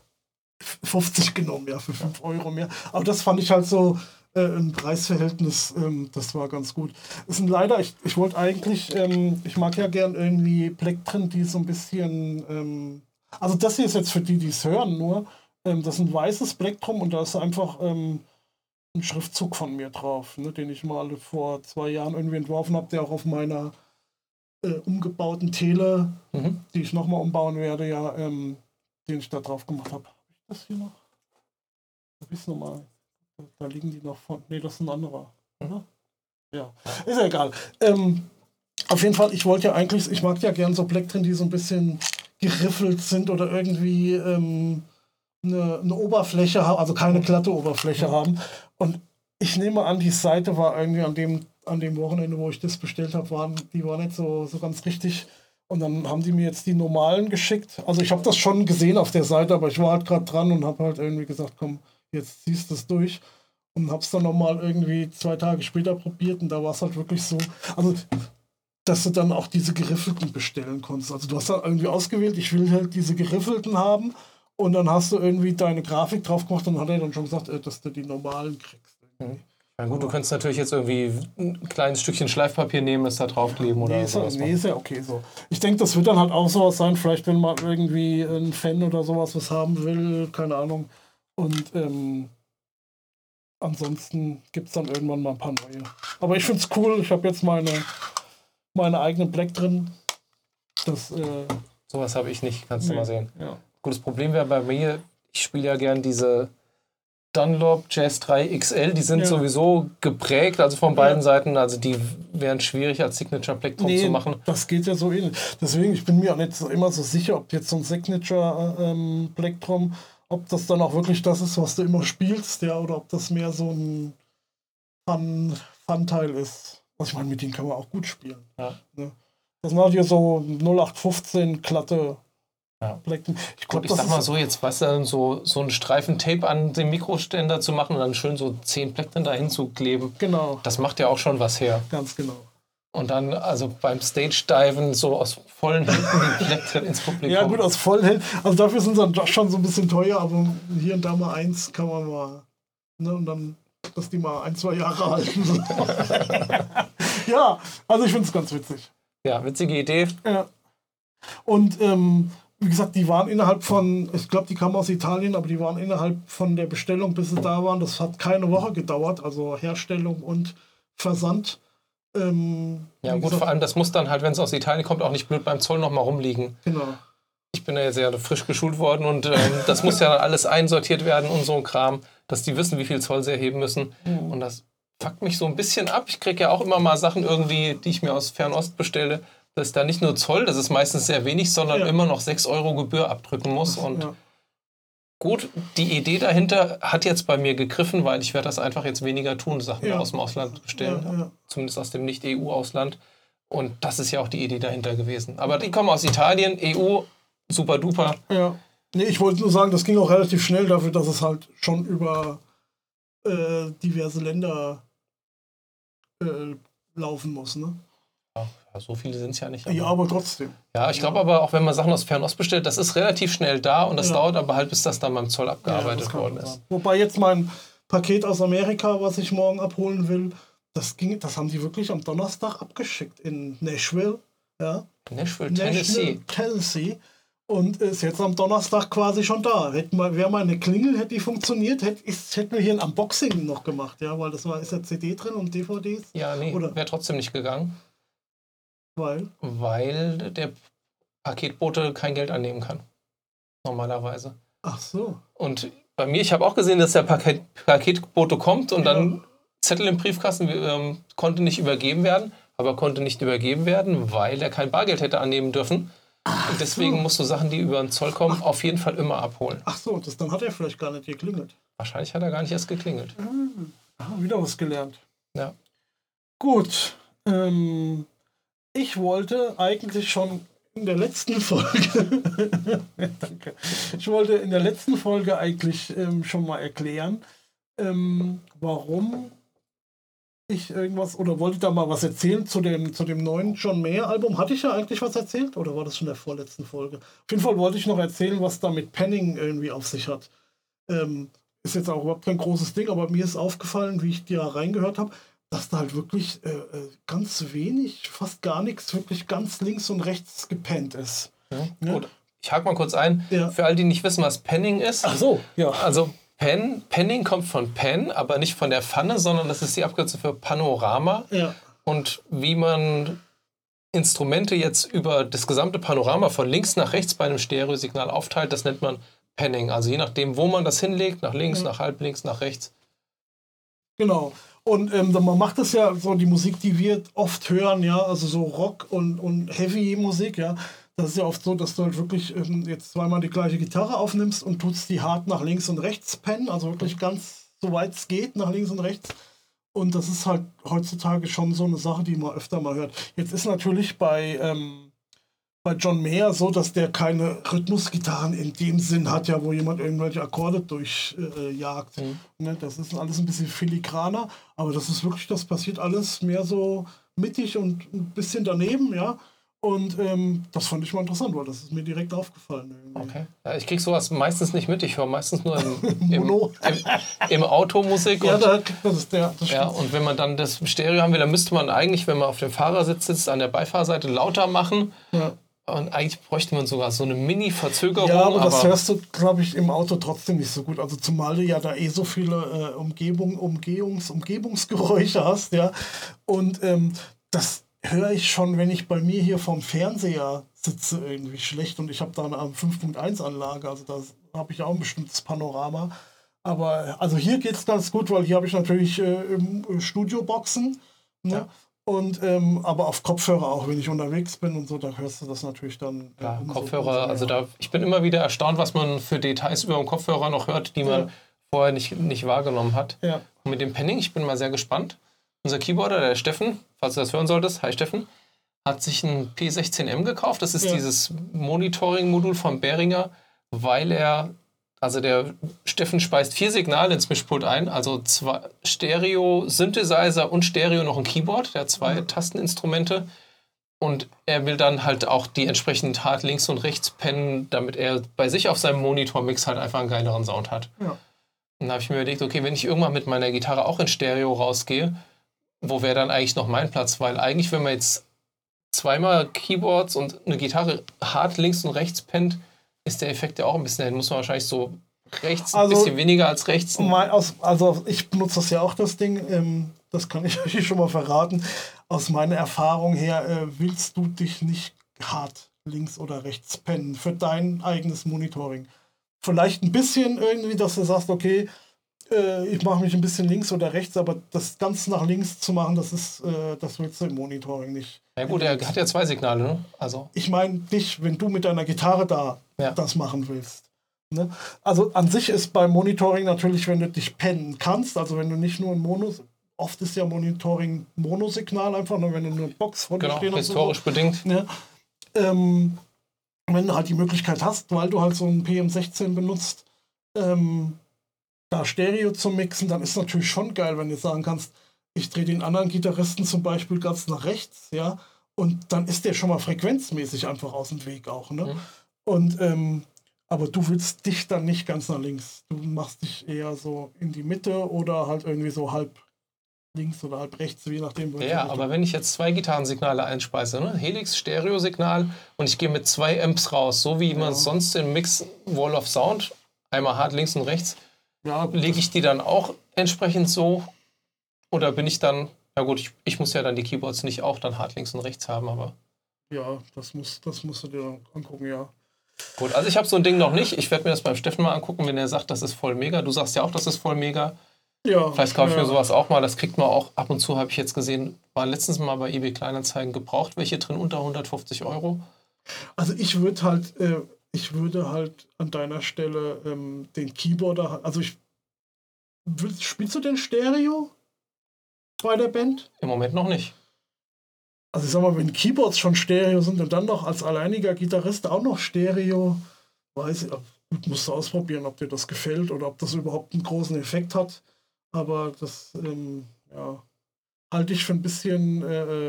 50 genommen, ja, für 5 € mehr. Aber das fand ich halt so ein Preisverhältnis, das war ganz gut. Es sind leider, ich wollte eigentlich, ich mag ja gern irgendwie Plektren, die so ein bisschen, also das hier ist jetzt für die es hören nur, das ist ein weißes Plektrum und da ist einfach ein Schriftzug von mir drauf, ne, den ich mal vor 2 Jahren irgendwie entworfen habe, der auch auf meiner umgebauten Tele, die ich nochmal umbauen werde, den ich da drauf gemacht habe. Habe ich das hier noch? Hab ich es nochmal? Da liegen die noch von. Ne, das ist ein anderer. Oder? Ja, ist ja egal. Auf jeden Fall, ich mag ja gern so Plektren, die so ein bisschen geriffelt sind oder irgendwie eine Oberfläche haben, also keine glatte Oberfläche haben. Und ich nehme an, die Seite war irgendwie an dem Wochenende, wo ich das bestellt habe, die war nicht so ganz richtig. Und dann haben die mir jetzt die normalen geschickt. Also ich habe das schon gesehen auf der Seite, aber ich war halt gerade dran und habe halt irgendwie gesagt, komm, jetzt ziehst du es durch. Und habe es dann nochmal irgendwie 2 Tage später probiert und da war es halt wirklich so, also dass du dann auch diese geriffelten bestellen konntest. Also du hast dann irgendwie ausgewählt, ich will halt diese geriffelten haben und dann hast du irgendwie deine Grafik drauf gemacht und dann hat er dann schon gesagt, dass du die normalen kriegst. Ja gut, du könntest natürlich jetzt irgendwie ein kleines Stückchen Schleifpapier nehmen, das da draufkleben oder sowas. Nee, ist ja okay so. Ich denke, das wird dann halt auch sowas sein, vielleicht wenn mal irgendwie ein Fan oder sowas was haben will, keine Ahnung. Und ansonsten gibt es dann irgendwann mal ein paar neue. Aber ich finde es cool, ich habe jetzt meine eigene Black drin. Sowas habe ich nicht, kannst du mal sehen. Ja. Gut, das Problem wäre bei mir, ich spiele ja gern diese Dunlop Jazz 3 XL, die sind sowieso geprägt, also von beiden Seiten, also die wären schwierig als Signature Plektrum zu machen. Das geht ja so ähnlich. Deswegen, ich bin mir auch nicht immer so sicher, ob jetzt so ein Signature Plektrum, ob das dann auch wirklich das ist, was du immer spielst, ja, oder ob das mehr so ein Fun-Teil ist. Also ich meine, mit denen kann man auch gut spielen. Ja. Ne? Das sind halt hier so 0815 glatte Plektrum. Ich sag mal so, jetzt weißt du, so einen Streifen Tape an dem Mikroständer zu machen und dann schön so 10 Plektren dahin zu kleben. Genau. Das macht ja auch schon was her. Ganz genau. Und dann, also beim Stage-Diven, so aus vollen Händen die Plektren ins Publikum. Ja gut, aus vollen Händen. Also dafür sind sie dann schon so ein bisschen teuer, aber hier und da mal eins kann man mal, ne, und dann, dass die mal 1-2 Jahre halten. Ja, also ich finde es ganz witzig. Ja, witzige Idee. Ja. Und wie gesagt, die waren innerhalb von, ich glaube, die kamen aus Italien, aber die waren innerhalb von der Bestellung, bis sie da waren. Das hat keine Woche gedauert, also Herstellung und Versand. Ja gut, gesagt, vor allem das muss dann halt, wenn es aus Italien kommt, auch nicht blöd beim Zoll nochmal rumliegen. Genau. Ich bin ja jetzt ja frisch geschult worden und das muss ja alles einsortiert werden und so ein Kram, dass die wissen, wie viel Zoll sie erheben müssen. Und das fuckt mich so ein bisschen ab. Ich kriege ja auch immer mal Sachen irgendwie, die ich mir aus Fernost bestelle. Das ist da nicht nur Zoll, das ist meistens sehr wenig, sondern immer noch 6 € Gebühr abdrücken muss. Und gut, die Idee dahinter hat jetzt bei mir gegriffen, weil ich werde das einfach jetzt weniger tun, Sachen aus dem Ausland bestellen. Zumindest aus dem Nicht-EU-Ausland. Und das ist ja auch die Idee dahinter gewesen. Aber die kommen aus Italien, EU, super duper. Ja. Nee, ich wollte nur sagen, das ging auch relativ schnell dafür, dass es halt schon über diverse Länder laufen muss, ne? Ja, so viele sind es ja nicht. Ja, aber trotzdem. Ja, ich glaube aber, auch wenn man Sachen aus Fernost bestellt, das ist relativ schnell da und das dauert aber halt, bis das dann beim Zoll abgearbeitet worden ist. Wobei jetzt mein Paket aus Amerika, was ich morgen abholen will, das haben die wirklich am Donnerstag abgeschickt in Nashville. Ja? Nashville, Tennessee. Und ist jetzt am Donnerstag quasi schon da. Wäre mal eine Klingel, hätte die funktioniert, hätten wir hier ein Unboxing noch gemacht, ja, weil ist ja CD drin und DVDs. Ja, nee, wäre trotzdem nicht gegangen. Weil? Weil der Paketbote kein Geld annehmen kann. Normalerweise. Ach so. Und bei mir, ich habe auch gesehen, dass der Paketbote kommt und dann Zettel im Briefkasten konnte nicht übergeben werden, weil er kein Bargeld hätte annehmen dürfen. Und deswegen musst du Sachen, die über den Zoll kommen, auf jeden Fall immer abholen. Ach so, dann hat er vielleicht gar nicht geklingelt. Wahrscheinlich hat er gar nicht erst geklingelt. Wieder was gelernt. Ja. Gut. Ich wollte eigentlich schon in der letzten Folge danke. Ich wollte in der letzten Folge eigentlich schon mal erklären, warum ich irgendwas, oder wollte da mal was erzählen zu dem neuen John Mayer Album. Hatte ich ja eigentlich was erzählt oder war das schon in der vorletzten Folge? Auf jeden Fall wollte ich noch erzählen, was da mit Penning irgendwie auf sich hat. Ist jetzt auch überhaupt kein großes Ding, aber mir ist aufgefallen, wie ich da reingehört habe, dass da halt wirklich ganz wenig, fast gar nichts, wirklich ganz links und rechts gepennt ist. Ja? Gut, ich hake mal kurz ein. Ja. Für all die nicht wissen, was Penning ist. Ach so, ja. Also Penning kommt von Pen, aber nicht von der Pfanne, sondern das ist die Abkürzung für Panorama. Ja. Und wie man Instrumente jetzt über das gesamte Panorama von links nach rechts bei einem Stereosignal aufteilt, das nennt man Penning. Also je nachdem, wo man das hinlegt, nach links, nach halblinks, nach rechts. Genau. Und man macht das ja so, die Musik, die wir oft hören, ja, also so Rock und Heavy-Musik, ja, Das ist ja oft so, dass du halt wirklich jetzt zweimal die gleiche Gitarre aufnimmst und tust die hart nach links und rechts pennen, also wirklich ganz, soweit es geht, nach links und rechts. Und das ist halt heutzutage schon so eine Sache, die man öfter mal hört. Jetzt ist natürlich bei John Mayer so, dass der keine Rhythmusgitarren in dem Sinn hat, ja, wo jemand irgendwelche Akkorde durchjagt. Ne, das ist alles ein bisschen filigraner, aber das ist wirklich, das passiert alles mehr so mittig und ein bisschen daneben, ja. Und das fand ich mal interessant, weil das ist mir direkt aufgefallen. Irgendwie. Okay. Ja, ich krieg sowas meistens nicht mit. Ich höre meistens nur im Automusik. Ja, das stimmt. Ja, und wenn man dann das Stereo haben will, dann müsste man eigentlich, wenn man auf dem Fahrersitz sitzt, an der Beifahrerseite lauter machen. Ja. Und eigentlich bräuchte man sogar so eine Mini-Verzögerung. Ja, aber das hörst du, glaube ich, im Auto trotzdem nicht so gut. Also zumal du ja da so viele Umgebungsgeräusche hast, ja. Und das höre ich schon, wenn ich bei mir hier vorm Fernseher sitze, irgendwie schlecht. Und ich habe da eine 5.1-Anlage, also da habe ich auch ein bestimmtes Panorama. Aber also hier geht es ganz gut, weil hier habe ich natürlich Studioboxen, ne? Ja. Und aber auf Kopfhörer auch, wenn ich unterwegs bin und so, da hörst du das natürlich dann. Ja, Kopfhörer, also ich bin immer wieder erstaunt, was man für Details über den Kopfhörer noch hört, die man vorher nicht wahrgenommen hat. Ja. Und mit dem Penning, ich bin mal sehr gespannt. Unser Keyboarder, der Steffen, falls du das hören solltest, hi Steffen, hat sich ein P16M gekauft. Das ist dieses Monitoring-Modul von Behringer, weil der Steffen speist 4 Signale ins Mischpult ein, also 2 Stereo, Synthesizer und Stereo noch ein Keyboard, der hat 2 Tasteninstrumente und er will dann halt auch die entsprechend hart links und rechts pennen, damit er bei sich auf seinem Monitormix halt einfach einen geileren Sound hat. Ja. Und da habe ich mir überlegt, okay, wenn ich irgendwann mit meiner Gitarre auch in Stereo rausgehe, wo wäre dann eigentlich noch mein Platz? Weil eigentlich, wenn man jetzt zweimal Keyboards und eine Gitarre hart links und rechts pennt, ist der Effekt ja auch ein bisschen, den muss man wahrscheinlich so rechts, ein bisschen weniger als rechts. Also ich benutze das ja auch, das Ding, das kann ich euch schon mal verraten. Aus meiner Erfahrung her willst du dich nicht hart links oder rechts pennen für dein eigenes Monitoring. Vielleicht ein bisschen irgendwie, dass du sagst, okay, ich mache mich ein bisschen links oder rechts, aber das ganz nach links zu machen, das willst du im Monitoring nicht. Ja gut, er hat ja 2 Signale, ne? Also. Ich meine dich, wenn du mit deiner Gitarre das machen willst. Ne? Also an sich ist beim Monitoring natürlich, wenn du dich pennen kannst, also wenn du nicht nur oft ist ja Monitoring Monosignal einfach, ne? Wenn du nur eine Box vor dir stehen hast. Historisch bedingt. Ne? Wenn du halt die Möglichkeit hast, weil du halt so einen PM16 benutzt, da Stereo zu mixen, dann ist natürlich schon geil, wenn du sagen kannst, ich drehe den anderen Gitarristen zum Beispiel ganz nach rechts, ja, und dann ist der schon mal frequenzmäßig einfach aus dem Weg auch, ne? Und aber du willst dich dann nicht ganz nach links. Du machst dich eher so in die Mitte oder halt irgendwie so halb links oder halb rechts, je nachdem. Ja, aber wenn ich jetzt 2 Gitarrensignale einspeise, ne? Helix, Stereo-Signal und ich gehe mit 2 Amps raus, so wie man es sonst im Mix Wall of Sound, einmal hart links und rechts, lege ich die dann auch entsprechend so oder bin ich dann, na gut, ich muss ja dann die Keyboards nicht auch dann hart links und rechts haben, aber... Ja, das musst du dir angucken, ja. Gut, also ich habe so ein Ding noch nicht. Ich werde mir das beim Steffen mal angucken, wenn er sagt, das ist voll mega. Du sagst ja auch, das ist voll mega. Ja. Vielleicht kaufe ich mir sowas auch mal. Das kriegt man auch ab und zu, habe ich jetzt gesehen. War letztens mal bei eBay Kleinanzeigen gebraucht. Welche drin unter 150 €? Also ich würde halt an deiner Stelle den Keyboarder, also spielst du den Stereo bei der Band? Im Moment noch nicht. Also ich sag mal, wenn Keyboards schon Stereo sind und dann noch als alleiniger Gitarrist auch noch Stereo, musst du ausprobieren, ob dir das gefällt oder ob das überhaupt einen großen Effekt hat. Aber das halte ich für ein bisschen,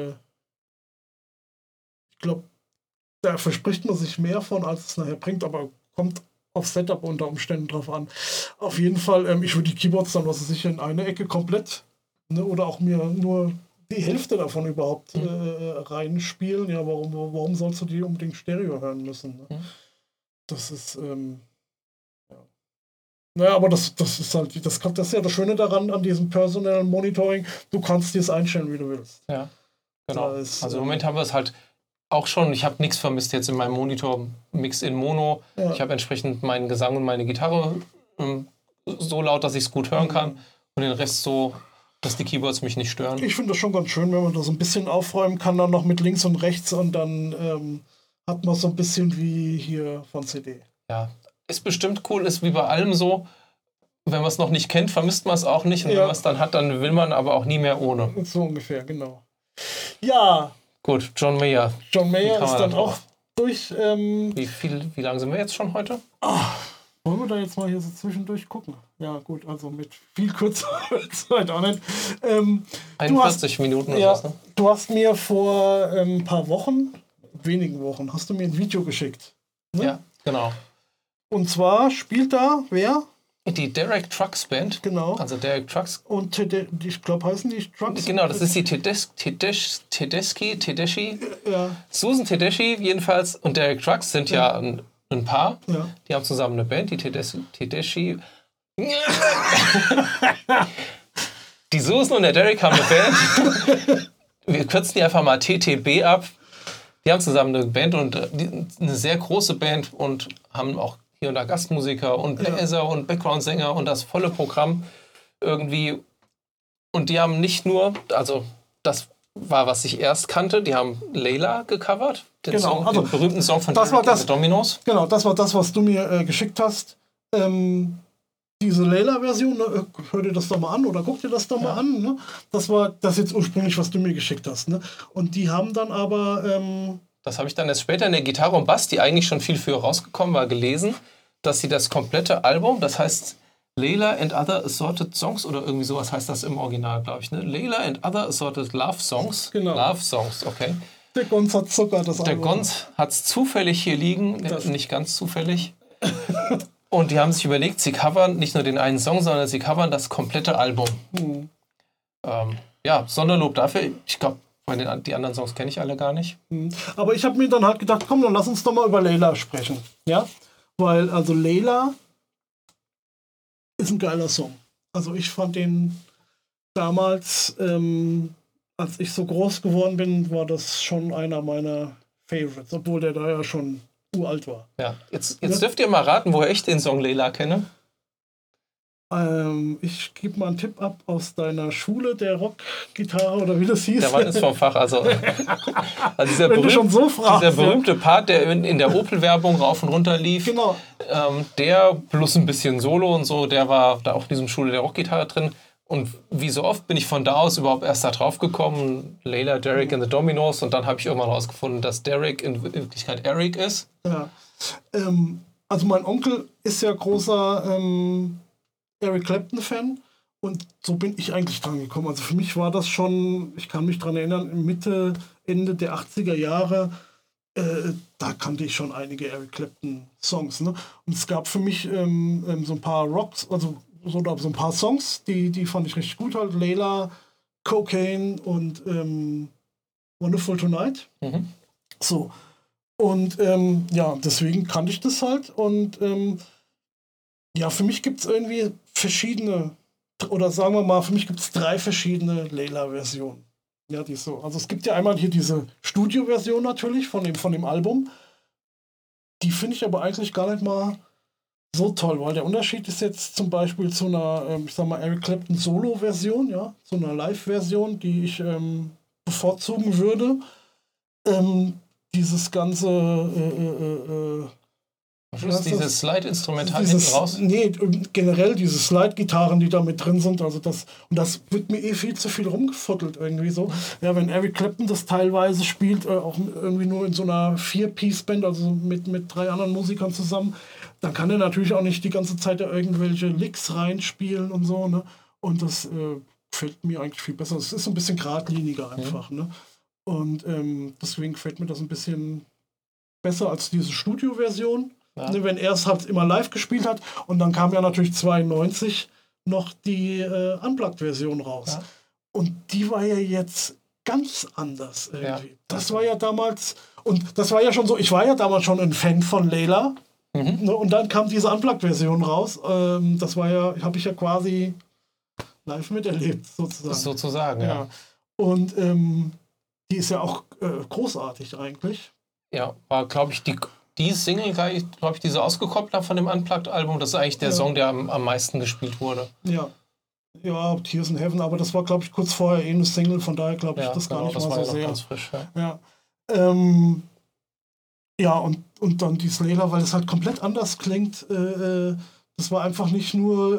ich glaube, da verspricht man sich mehr von, als es nachher bringt, aber kommt auf Setup unter Umständen drauf an. Auf jeden Fall, ich würde die Keyboards dann, was weiß ich, in eine Ecke komplett, ne, oder auch mir nur die Hälfte davon überhaupt reinspielen. Ja, warum sollst du die unbedingt Stereo hören müssen? Ne? Das ist, Naja, aber das ist halt, das ist ja das Schöne daran, an diesem Personal Monitoring, du kannst dir es einstellen, wie du willst. Ja, genau. Also im Moment haben wir es halt auch schon, ich habe nichts vermisst jetzt in meinem Monitor-Mix in Mono. Ja. Ich habe entsprechend meinen Gesang und meine Gitarre so laut, dass ich es gut hören kann und den Rest so, dass die Keyboards mich nicht stören. Ich finde das schon ganz schön, wenn man da so ein bisschen aufräumen kann, dann noch mit links und rechts und dann hat man so ein bisschen wie hier von CD. Ja, ist bestimmt cool, ist wie bei allem so. Wenn man es noch nicht kennt, vermisst man es auch nicht. Und wenn man es dann hat, dann will man aber auch nie mehr ohne. So ungefähr, genau. Ja. Gut, John Mayer. John Mayer ist dann auch durch. Wie lange sind wir jetzt schon heute? Wollen wir da jetzt mal hier so zwischendurch gucken? Ja, gut, also mit viel kürzer Zeit auch nicht. 41 Minuten oder was, ne? Du hast mir vor ein paar Wochen, wenigen Wochen, hast du mir ein Video geschickt. Ne? Ja, genau. Und zwar spielt da wer? Die Derek Trucks Band. Genau. Also Derek Trucks. Und ich glaube, heißen die Trucks? Genau, das ist die Tedeschi. Ja. Susan Tedeschi jedenfalls und Derek Trucks sind ja ein Paar. Ja. Die haben zusammen eine Band, die Tedeschi. Die Susan und der Derek haben eine Band. Wir kürzen die einfach mal TTB ab. Die haben zusammen eine Band und eine sehr große Band und haben auch hier und da Gastmusiker und Bläser und Background-Sänger und das volle Programm irgendwie. Und die haben nicht nur, also das war, was ich erst kannte, die haben Layla gecovert, den berühmten Song von The Dominos. Genau, das war das, was du mir geschickt hast. Diese Layla-Version, ne? Hör dir das doch mal an oder guck dir das doch mal an. Ne? Das war das jetzt ursprünglich, was du mir geschickt hast. Ne? Und die haben dann aber... das habe ich dann erst später in der Gitarre und Bass, die eigentlich schon viel früher rausgekommen war, gelesen, dass sie das komplette Album, das heißt Layla and Other Assorted Songs oder irgendwie sowas heißt das im Original, glaube ich. Ne? Layla and Other Assorted Love Songs. Genau. Love Songs, okay. Der Gonz hat sogar das Album. Der Gonz hat es zufällig hier liegen, nicht ganz zufällig. Und die haben sich überlegt, sie covern nicht nur den einen Song, sondern sie covern das komplette Album. Sonderlob dafür. Ich glaube, die anderen Songs kenne ich alle gar nicht. Aber ich habe mir dann halt gedacht, komm, dann lass uns doch mal über Layla sprechen. Ja? Weil, also Layla ist ein geiler Song. Also ich fand den damals, als ich so groß geworden bin, war das schon einer meiner Favorites, obwohl der da ja schon uralt war. Ja, jetzt dürft ihr mal raten, woher ich den Song Layla kenne. Ich gebe mal einen Tipp ab aus deiner Schule der Rockgitarre oder wie das hieß. Der Mann ist vom Fach, also dieser berühmte Part, der in der Opel-Werbung rauf und runter lief, genau. Der plus ein bisschen Solo und so, der war da auch in diesem Schule der Rockgitarre drin. Und wie so oft bin ich von da aus überhaupt erst da drauf gekommen, Layla, Derek and the Dominos, und dann habe ich irgendwann rausgefunden, dass Derek in Wirklichkeit Eric ist. Ja. Also mein Onkel ist ja großer Eric Clapton-Fan und so bin ich eigentlich dran gekommen. Also für mich war das schon, ich kann mich dran erinnern, Ende der 80er Jahre, da kannte ich schon einige Eric Clapton-Songs. Ne? Und es gab für mich so ein paar Rocks, also so ein paar Songs, die fand ich richtig gut halt. Layla, Cocaine und Wonderful Tonight. Mhm. So. Und deswegen kannte ich das halt und für mich gibt es irgendwie verschiedene, oder sagen wir mal, für mich gibt es 3 verschiedene Layla-Versionen. Ja, die so. Also es gibt ja einmal hier diese Studio-Version natürlich von dem Album. Die finde ich aber eigentlich gar nicht mal so toll, weil der Unterschied ist jetzt zum Beispiel zu einer, ich sag mal, Eric Clapton Solo-Version, ja, zu einer Live-Version, die ich bevorzugen würde. Dieses ganze dieses Slide-Instrumental hinten raus? Nee, generell diese Slide-Gitarren, die da mit drin sind, also das wird mir viel zu viel rumgefuttelt irgendwie so. Ja, wenn Eric Clapton das teilweise spielt, auch irgendwie nur in so einer 4-Piece-Band, also mit 3 anderen Musikern zusammen, dann kann er natürlich auch nicht die ganze Zeit da irgendwelche Licks reinspielen und so, ne? Und das gefällt mir eigentlich viel besser. Es ist so ein bisschen geradliniger einfach, ne? Und deswegen gefällt mir das ein bisschen besser als diese Studio-Version. Ja. Ne, wenn er es halt immer live gespielt hat. Und dann kam ja natürlich 92 noch die Unplugged-Version raus. Ja. Und die war ja jetzt ganz anders irgendwie. Ja. Das war ja damals, und das war ja schon so, ich war ja damals schon ein Fan von Layla. Mhm. Ne, und dann kam diese Unplugged-Version raus. Das war ja, habe ich ja quasi live miterlebt, sozusagen. Sozusagen, ja. Und die ist ja auch großartig eigentlich. Ja, war, glaube ich, die Single, glaube ich, diese ausgekoppelt haben von dem Unplugged-Album, das ist eigentlich der Song, der am meisten gespielt wurde. Ja. Ja, Tears in Heaven, aber das war, glaube ich, kurz vorher eine Single, von daher glaube ich das gar nicht mal so sehr. Ganz frisch, ja. Ja, und dann dieses Layla, weil das halt komplett anders klingt. Das war einfach nicht nur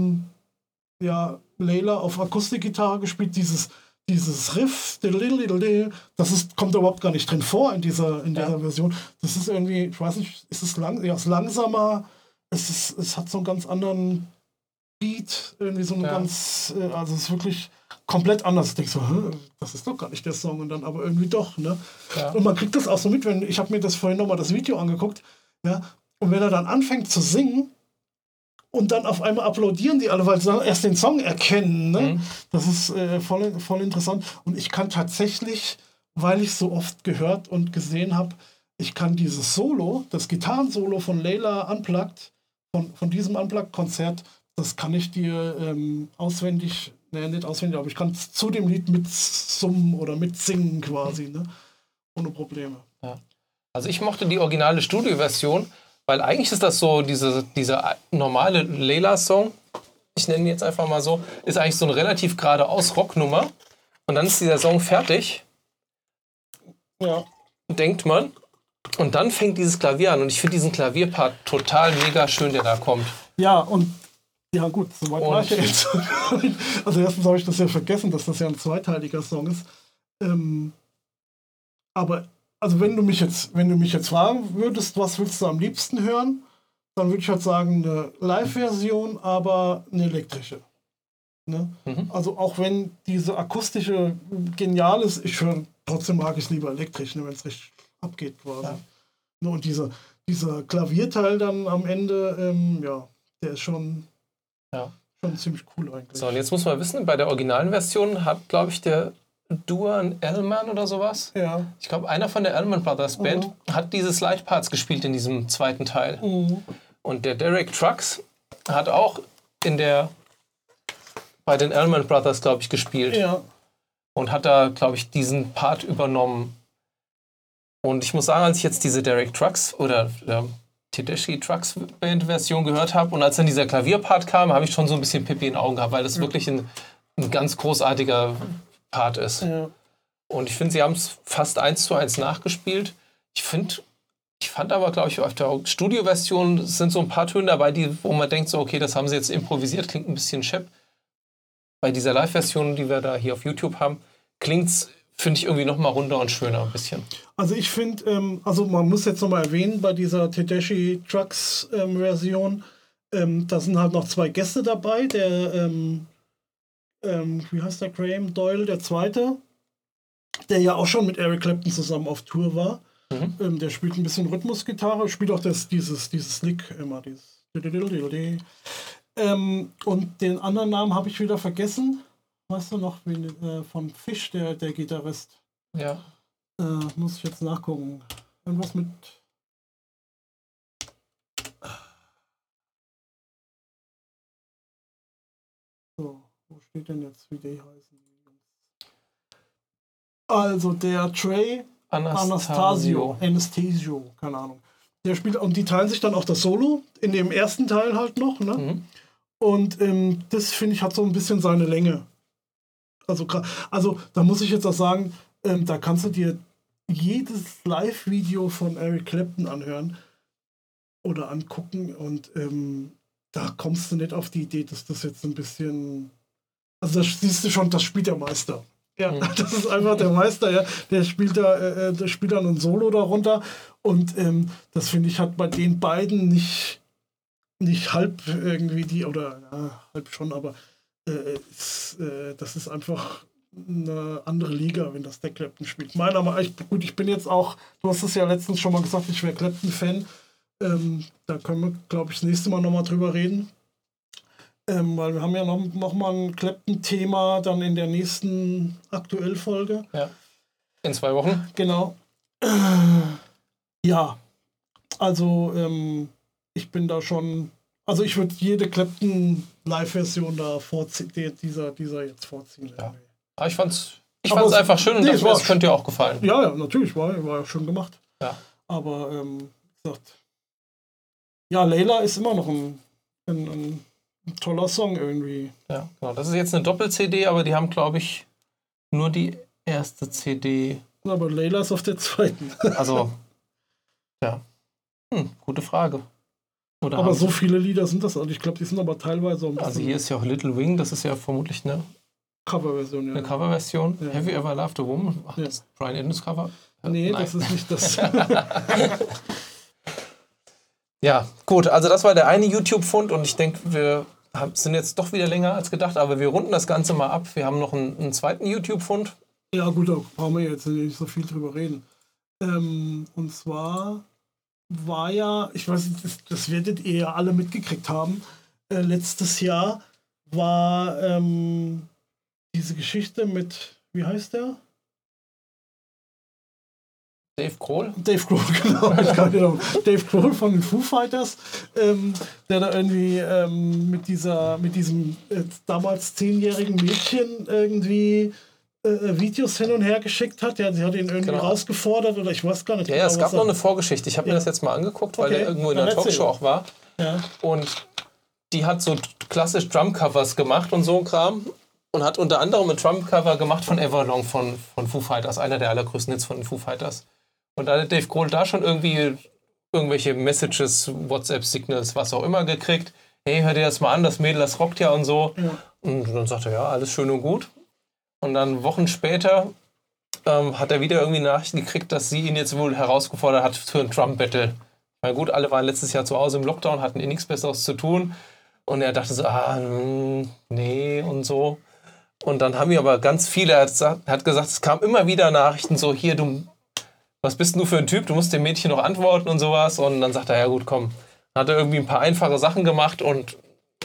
Layla auf Akustikgitarre gespielt, dieses Riff, kommt überhaupt gar nicht drin vor in dieser Version. Das ist irgendwie, ich weiß nicht, ist es langsamer, es hat so einen ganz anderen Beat, irgendwie so einen ganz, also es ist wirklich komplett anders. Ich denke so, das ist doch gar nicht der Song, und dann aber irgendwie doch, ne? Ja. Und man kriegt das auch so mit, ich habe mir das vorhin nochmal das Video angeguckt, ja, und wenn er dann anfängt zu singen, und dann auf einmal applaudieren die alle, weil sie erst den Song erkennen. Ne? Das ist voll interessant. Und ich kann tatsächlich, weil ich so oft gehört und gesehen habe, ich kann dieses Solo, das Gitarrensolo von Layla Unplugged, von diesem Unplugged-Konzert, das kann ich dir auswendig, nicht auswendig, aber ich kann zu dem Lied mitsummen oder mitsingen quasi, ne? Ohne Probleme. Ja. Also ich mochte die originale Studioversion, weil eigentlich ist das so, diese normale Layla-Song, ich nenne ihn jetzt einfach mal so, ist eigentlich so eine relativ geradeaus Rocknummer. Und dann ist dieser Song fertig. Ja. Denkt man. Und dann fängt dieses Klavier an. Und ich finde diesen Klavierpart total mega schön, der da kommt. Ja, und ja gut, soweit war ich jetzt. Also erstens habe ich das ja vergessen, dass das ja ein zweiteiliger Song ist. Aber also wenn du mich jetzt fragen würdest, was willst du am liebsten hören, dann würde ich halt sagen, eine Live-Version, aber eine elektrische. Ne? Also auch wenn diese akustische genial ist, trotzdem mag ich es lieber elektrisch, ne, wenn es richtig abgeht quasi. Ja. Ne, und dieser Klavierteil dann am Ende, der ist schon ziemlich cool eigentlich. So, und jetzt muss man wissen, bei der originalen Version hat, glaube ich, der Duane Allman oder sowas. Ja. Ich glaube, einer von der Allman Brothers Band hat diese Slide-Parts gespielt in diesem zweiten Teil. Und der Derek Trucks hat auch bei den Allman Brothers, glaube ich, gespielt. Ja. Und hat da, glaube ich, diesen Part übernommen. Und ich muss sagen, als ich jetzt diese Derek Trucks oder Tedeschi Trucks Band Version gehört habe und als dann dieser Klavierpart kam, habe ich schon so ein bisschen Pippi in den Augen gehabt, weil das wirklich ein ganz großartiger Part ist. Ja. Und ich finde, sie haben es fast 1:1 nachgespielt. Ich fand aber, glaube ich, auf der Studioversion sind so ein paar Töne dabei, wo man denkt, so, okay, das haben sie jetzt improvisiert, klingt ein bisschen schepp. Bei dieser Live-Version, die wir da hier auf YouTube haben, klingt es, finde ich, irgendwie noch mal runder und schöner ein bisschen. Also ich finde, man muss jetzt noch mal erwähnen, bei dieser Tedeschi Trucks Version, da sind halt noch 2 Gäste dabei, der wie heißt der, Graham Doyle, der Zweite, der ja auch schon mit Eric Clapton zusammen auf Tour war. Der spielt ein bisschen Rhythmusgitarre, spielt auch dieses Lick immer, dieses und den anderen Namen habe ich wieder vergessen. Weißt du noch, von Fish, der Gitarrist? Ja. Muss ich jetzt nachgucken. Irgendwas mit... So, wo steht denn jetzt, wie die heißen? Also der Trey Anastasio, keine Ahnung. Der spielt, und die teilen sich dann auch das Solo, in dem ersten Teil halt noch, ne? Und das, finde ich, hat so ein bisschen seine Länge. Also da muss ich jetzt auch sagen, da kannst du dir jedes Live-Video von Eric Clapton anhören oder angucken und da kommst du nicht auf die Idee, dass das jetzt ein bisschen... Also da siehst du schon, das spielt der Meister. Ja, das ist einfach der Meister, ja. Der spielt dann ein Solo darunter und das, finde ich, hat bei den beiden nicht halb irgendwie halb schon, aber das ist einfach eine andere Liga, wenn das der Clapton spielt. Meiner Meinung nach, gut, ich bin jetzt auch, du hast es ja letztens schon mal gesagt, ich wäre Clapton-Fan. Da können wir, glaube ich, das nächste Mal nochmal drüber reden. Weil wir haben ja noch mal ein Clapton-Thema dann in der nächsten Aktuell-Folge. Ja. In 2 Wochen. Genau. Ja. Also, ich bin da schon... Also, ich würde jede Clapton-Live-Version da vorziehen, dieser jetzt vorziehen. Ja. Aber ich fand's einfach schön und das könnte dir auch gefallen. Ja, natürlich. War ja schön gemacht. Ja. Aber, wie gesagt... Ja, Layla ist immer noch ein toller Song irgendwie. Ja, genau. Das ist jetzt eine Doppel-CD, aber die haben, glaube ich, nur die erste CD. Aber Layla ist auf der zweiten. Also, Ja. Gute Frage. Oder aber so viele Lieder sind das. Also ich glaube, die sind aber teilweise ein bisschen... Also hier ist ja auch Little Wing, das ist ja vermutlich eine Coverversion, ja. Eine Coverversion. Ja. Have You Ever Loved a Woman? Ach, Ja. das ist Brian Adams Cover? Nee, Nein. das ist nicht das. Ja, gut, also das war der eine YouTube-Fund und ich denke, wir sind jetzt doch wieder länger als gedacht, aber wir runden das Ganze mal ab. Wir haben noch einen zweiten YouTube-Fund. Ja gut, da brauchen wir jetzt nicht so viel drüber reden. Und zwar war ja, ich weiß nicht, das werdet ihr ja alle mitgekriegt haben, letztes Jahr war diese Geschichte mit, wie heißt der? Dave Grohl? Dave Grohl, genau. Dave Grohl von den Foo Fighters, der da irgendwie mit diesem damals 10-jährigen Mädchen irgendwie Videos hin und her geschickt hat. Ja, sie hat ihn irgendwie rausgefordert oder ich weiß gar nicht. Ja, es gab noch eine Vorgeschichte. Ich habe mir das jetzt mal angeguckt, weil er irgendwo in der Talkshow auch war. Ja. Und die hat so klassisch Drumcovers gemacht und so ein Kram. Und hat unter anderem ein Drumcover gemacht von Everlong von Foo Fighters, einer der allergrößten Hits von den Foo Fighters. Und da hat Dave Grohl da schon irgendwie irgendwelche Messages, WhatsApp-Signals, was auch immer gekriegt. Hey, hör dir das mal an, das Mädel, das rockt ja und so. Ja. Und dann sagte er, ja, alles schön und gut. Und dann Wochen später hat er wieder irgendwie Nachrichten gekriegt, dass sie ihn jetzt wohl herausgefordert hat für ein Drum-Battle. Na gut, alle waren letztes Jahr zu Hause im Lockdown, hatten nichts Besseres zu tun. Und er dachte so, nee und so. Und dann haben wir aber ganz viele, er hat gesagt, es kamen immer wieder Nachrichten so, hier, was bist denn du für ein Typ, du musst dem Mädchen noch antworten und sowas. Und dann sagt er, ja gut, komm. Dann hat er irgendwie ein paar einfache Sachen gemacht und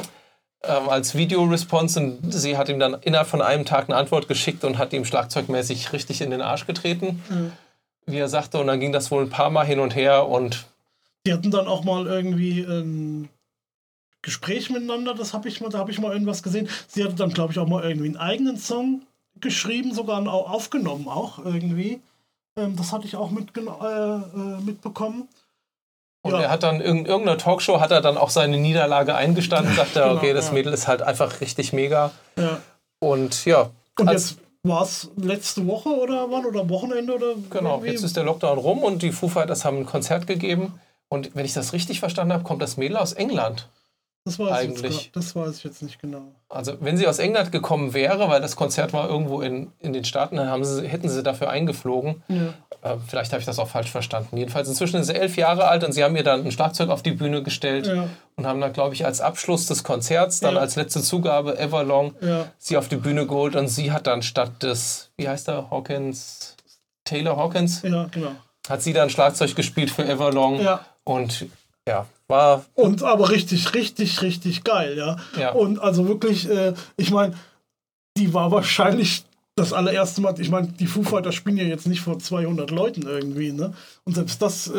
als Video-Response und sie hat ihm dann innerhalb von einem Tag eine Antwort geschickt und hat ihm schlagzeugmäßig richtig in den Arsch getreten, wie er sagte. Und dann ging das wohl ein paar Mal hin und her und... Die hatten dann auch mal irgendwie ein Gespräch miteinander, da habe ich mal irgendwas gesehen. Sie hatte dann, glaube ich, auch mal irgendwie einen eigenen Song geschrieben, sogar aufgenommen auch irgendwie. Das hatte ich auch mitbekommen. Und er hat dann in irgendeiner Talkshow hat er dann auch seine Niederlage eingestanden, sagt er, okay, das Mädel ist halt einfach richtig mega. Ja. Und ja. Und jetzt war es letzte Woche oder wann? Oder Wochenende? Oder genau, irgendwie? Jetzt ist der Lockdown rum und die Foo Fighters haben ein Konzert gegeben. Und wenn ich das richtig verstanden habe, kommt das Mädel aus England. Das weiß ich jetzt nicht genau. Also wenn sie aus England gekommen wäre, weil das Konzert war irgendwo in den Staaten, dann hätten sie dafür eingeflogen. Ja. Vielleicht habe ich das auch falsch verstanden. Jedenfalls inzwischen ist sie 11 Jahre alt und sie haben ihr dann ein Schlagzeug auf die Bühne gestellt und haben dann, glaube ich, als Abschluss des Konzerts, dann als letzte Zugabe Everlong, sie auf die Bühne geholt und sie hat dann statt des, wie heißt der, Taylor Hawkins? Ja, genau. Hat sie dann Schlagzeug gespielt für Everlong und war... Und aber richtig, richtig, richtig geil, ja. Und also wirklich, ich meine, die war wahrscheinlich das allererste Mal, ich meine, die Foo Fighters spielen ja jetzt nicht vor 200 Leuten irgendwie, ne? Und selbst das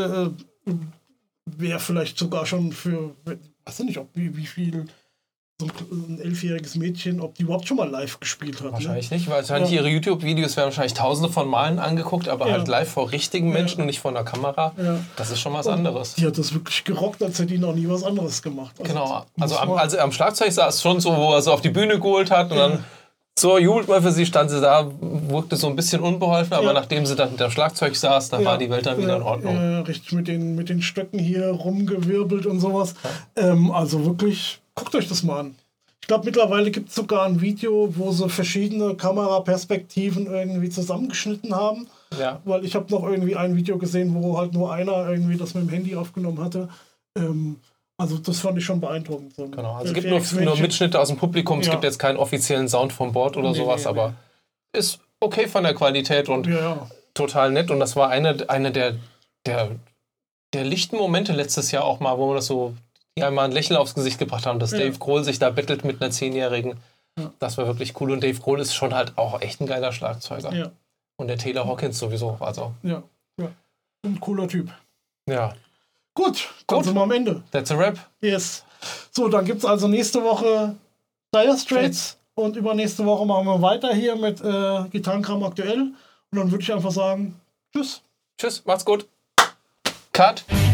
wäre vielleicht sogar schon für, weiß ich nicht, wie viel so ein 11-jähriges Mädchen, ob die überhaupt schon mal live gespielt hat. Wahrscheinlich nicht, weil wahrscheinlich ihre YouTube-Videos werden wahrscheinlich tausende von Malen angeguckt, aber halt live vor richtigen Menschen und nicht vor einer Kamera. Ja. Das ist schon was anderes. Die hat das wirklich gerockt, als hätte die noch nie was anderes gemacht. Also genau, also am Schlagzeug sah es schon so, wo er so auf die Bühne geholt hat und dann so jubelt mal für sie, stand sie da, wirkte so ein bisschen unbeholfen, aber nachdem sie dann hinter dem Schlagzeug saß, da war die Welt dann wieder in Ordnung. Ja, richtig mit den Stöcken hier rumgewirbelt und sowas. Ja. Also wirklich, guckt euch das mal an. Ich glaube, mittlerweile gibt es sogar ein Video, wo sie verschiedene Kameraperspektiven irgendwie zusammengeschnitten haben. Ja. Weil ich habe noch irgendwie ein Video gesehen, wo halt nur einer irgendwie das mit dem Handy aufgenommen hatte. Also das fand ich schon beeindruckend. So genau, also es gibt nur Mitschnitte aus dem Publikum, es gibt jetzt keinen offiziellen Sound vom Board oder sowas, aber ist okay von der Qualität und total nett. Und das war eine der lichten Momente letztes Jahr auch mal, wo wir das so mal ein Lächeln aufs Gesicht gebracht haben, dass Dave Grohl sich da bettelt mit einer 10-Jährigen. Ja. Das war wirklich cool. Und Dave Grohl ist schon halt auch echt ein geiler Schlagzeuger. Ja. Und der Taylor Hawkins sowieso. Also. Ja. Ein cooler Typ. Ja. Gut, dann sind wir am Ende. That's a wrap. Yes. So, dann gibt es also nächste Woche Dire Straits und übernächste Woche machen wir weiter hier mit Gitarrenkram aktuell. Und dann würde ich einfach sagen, tschüss. Tschüss, macht's gut. Cut.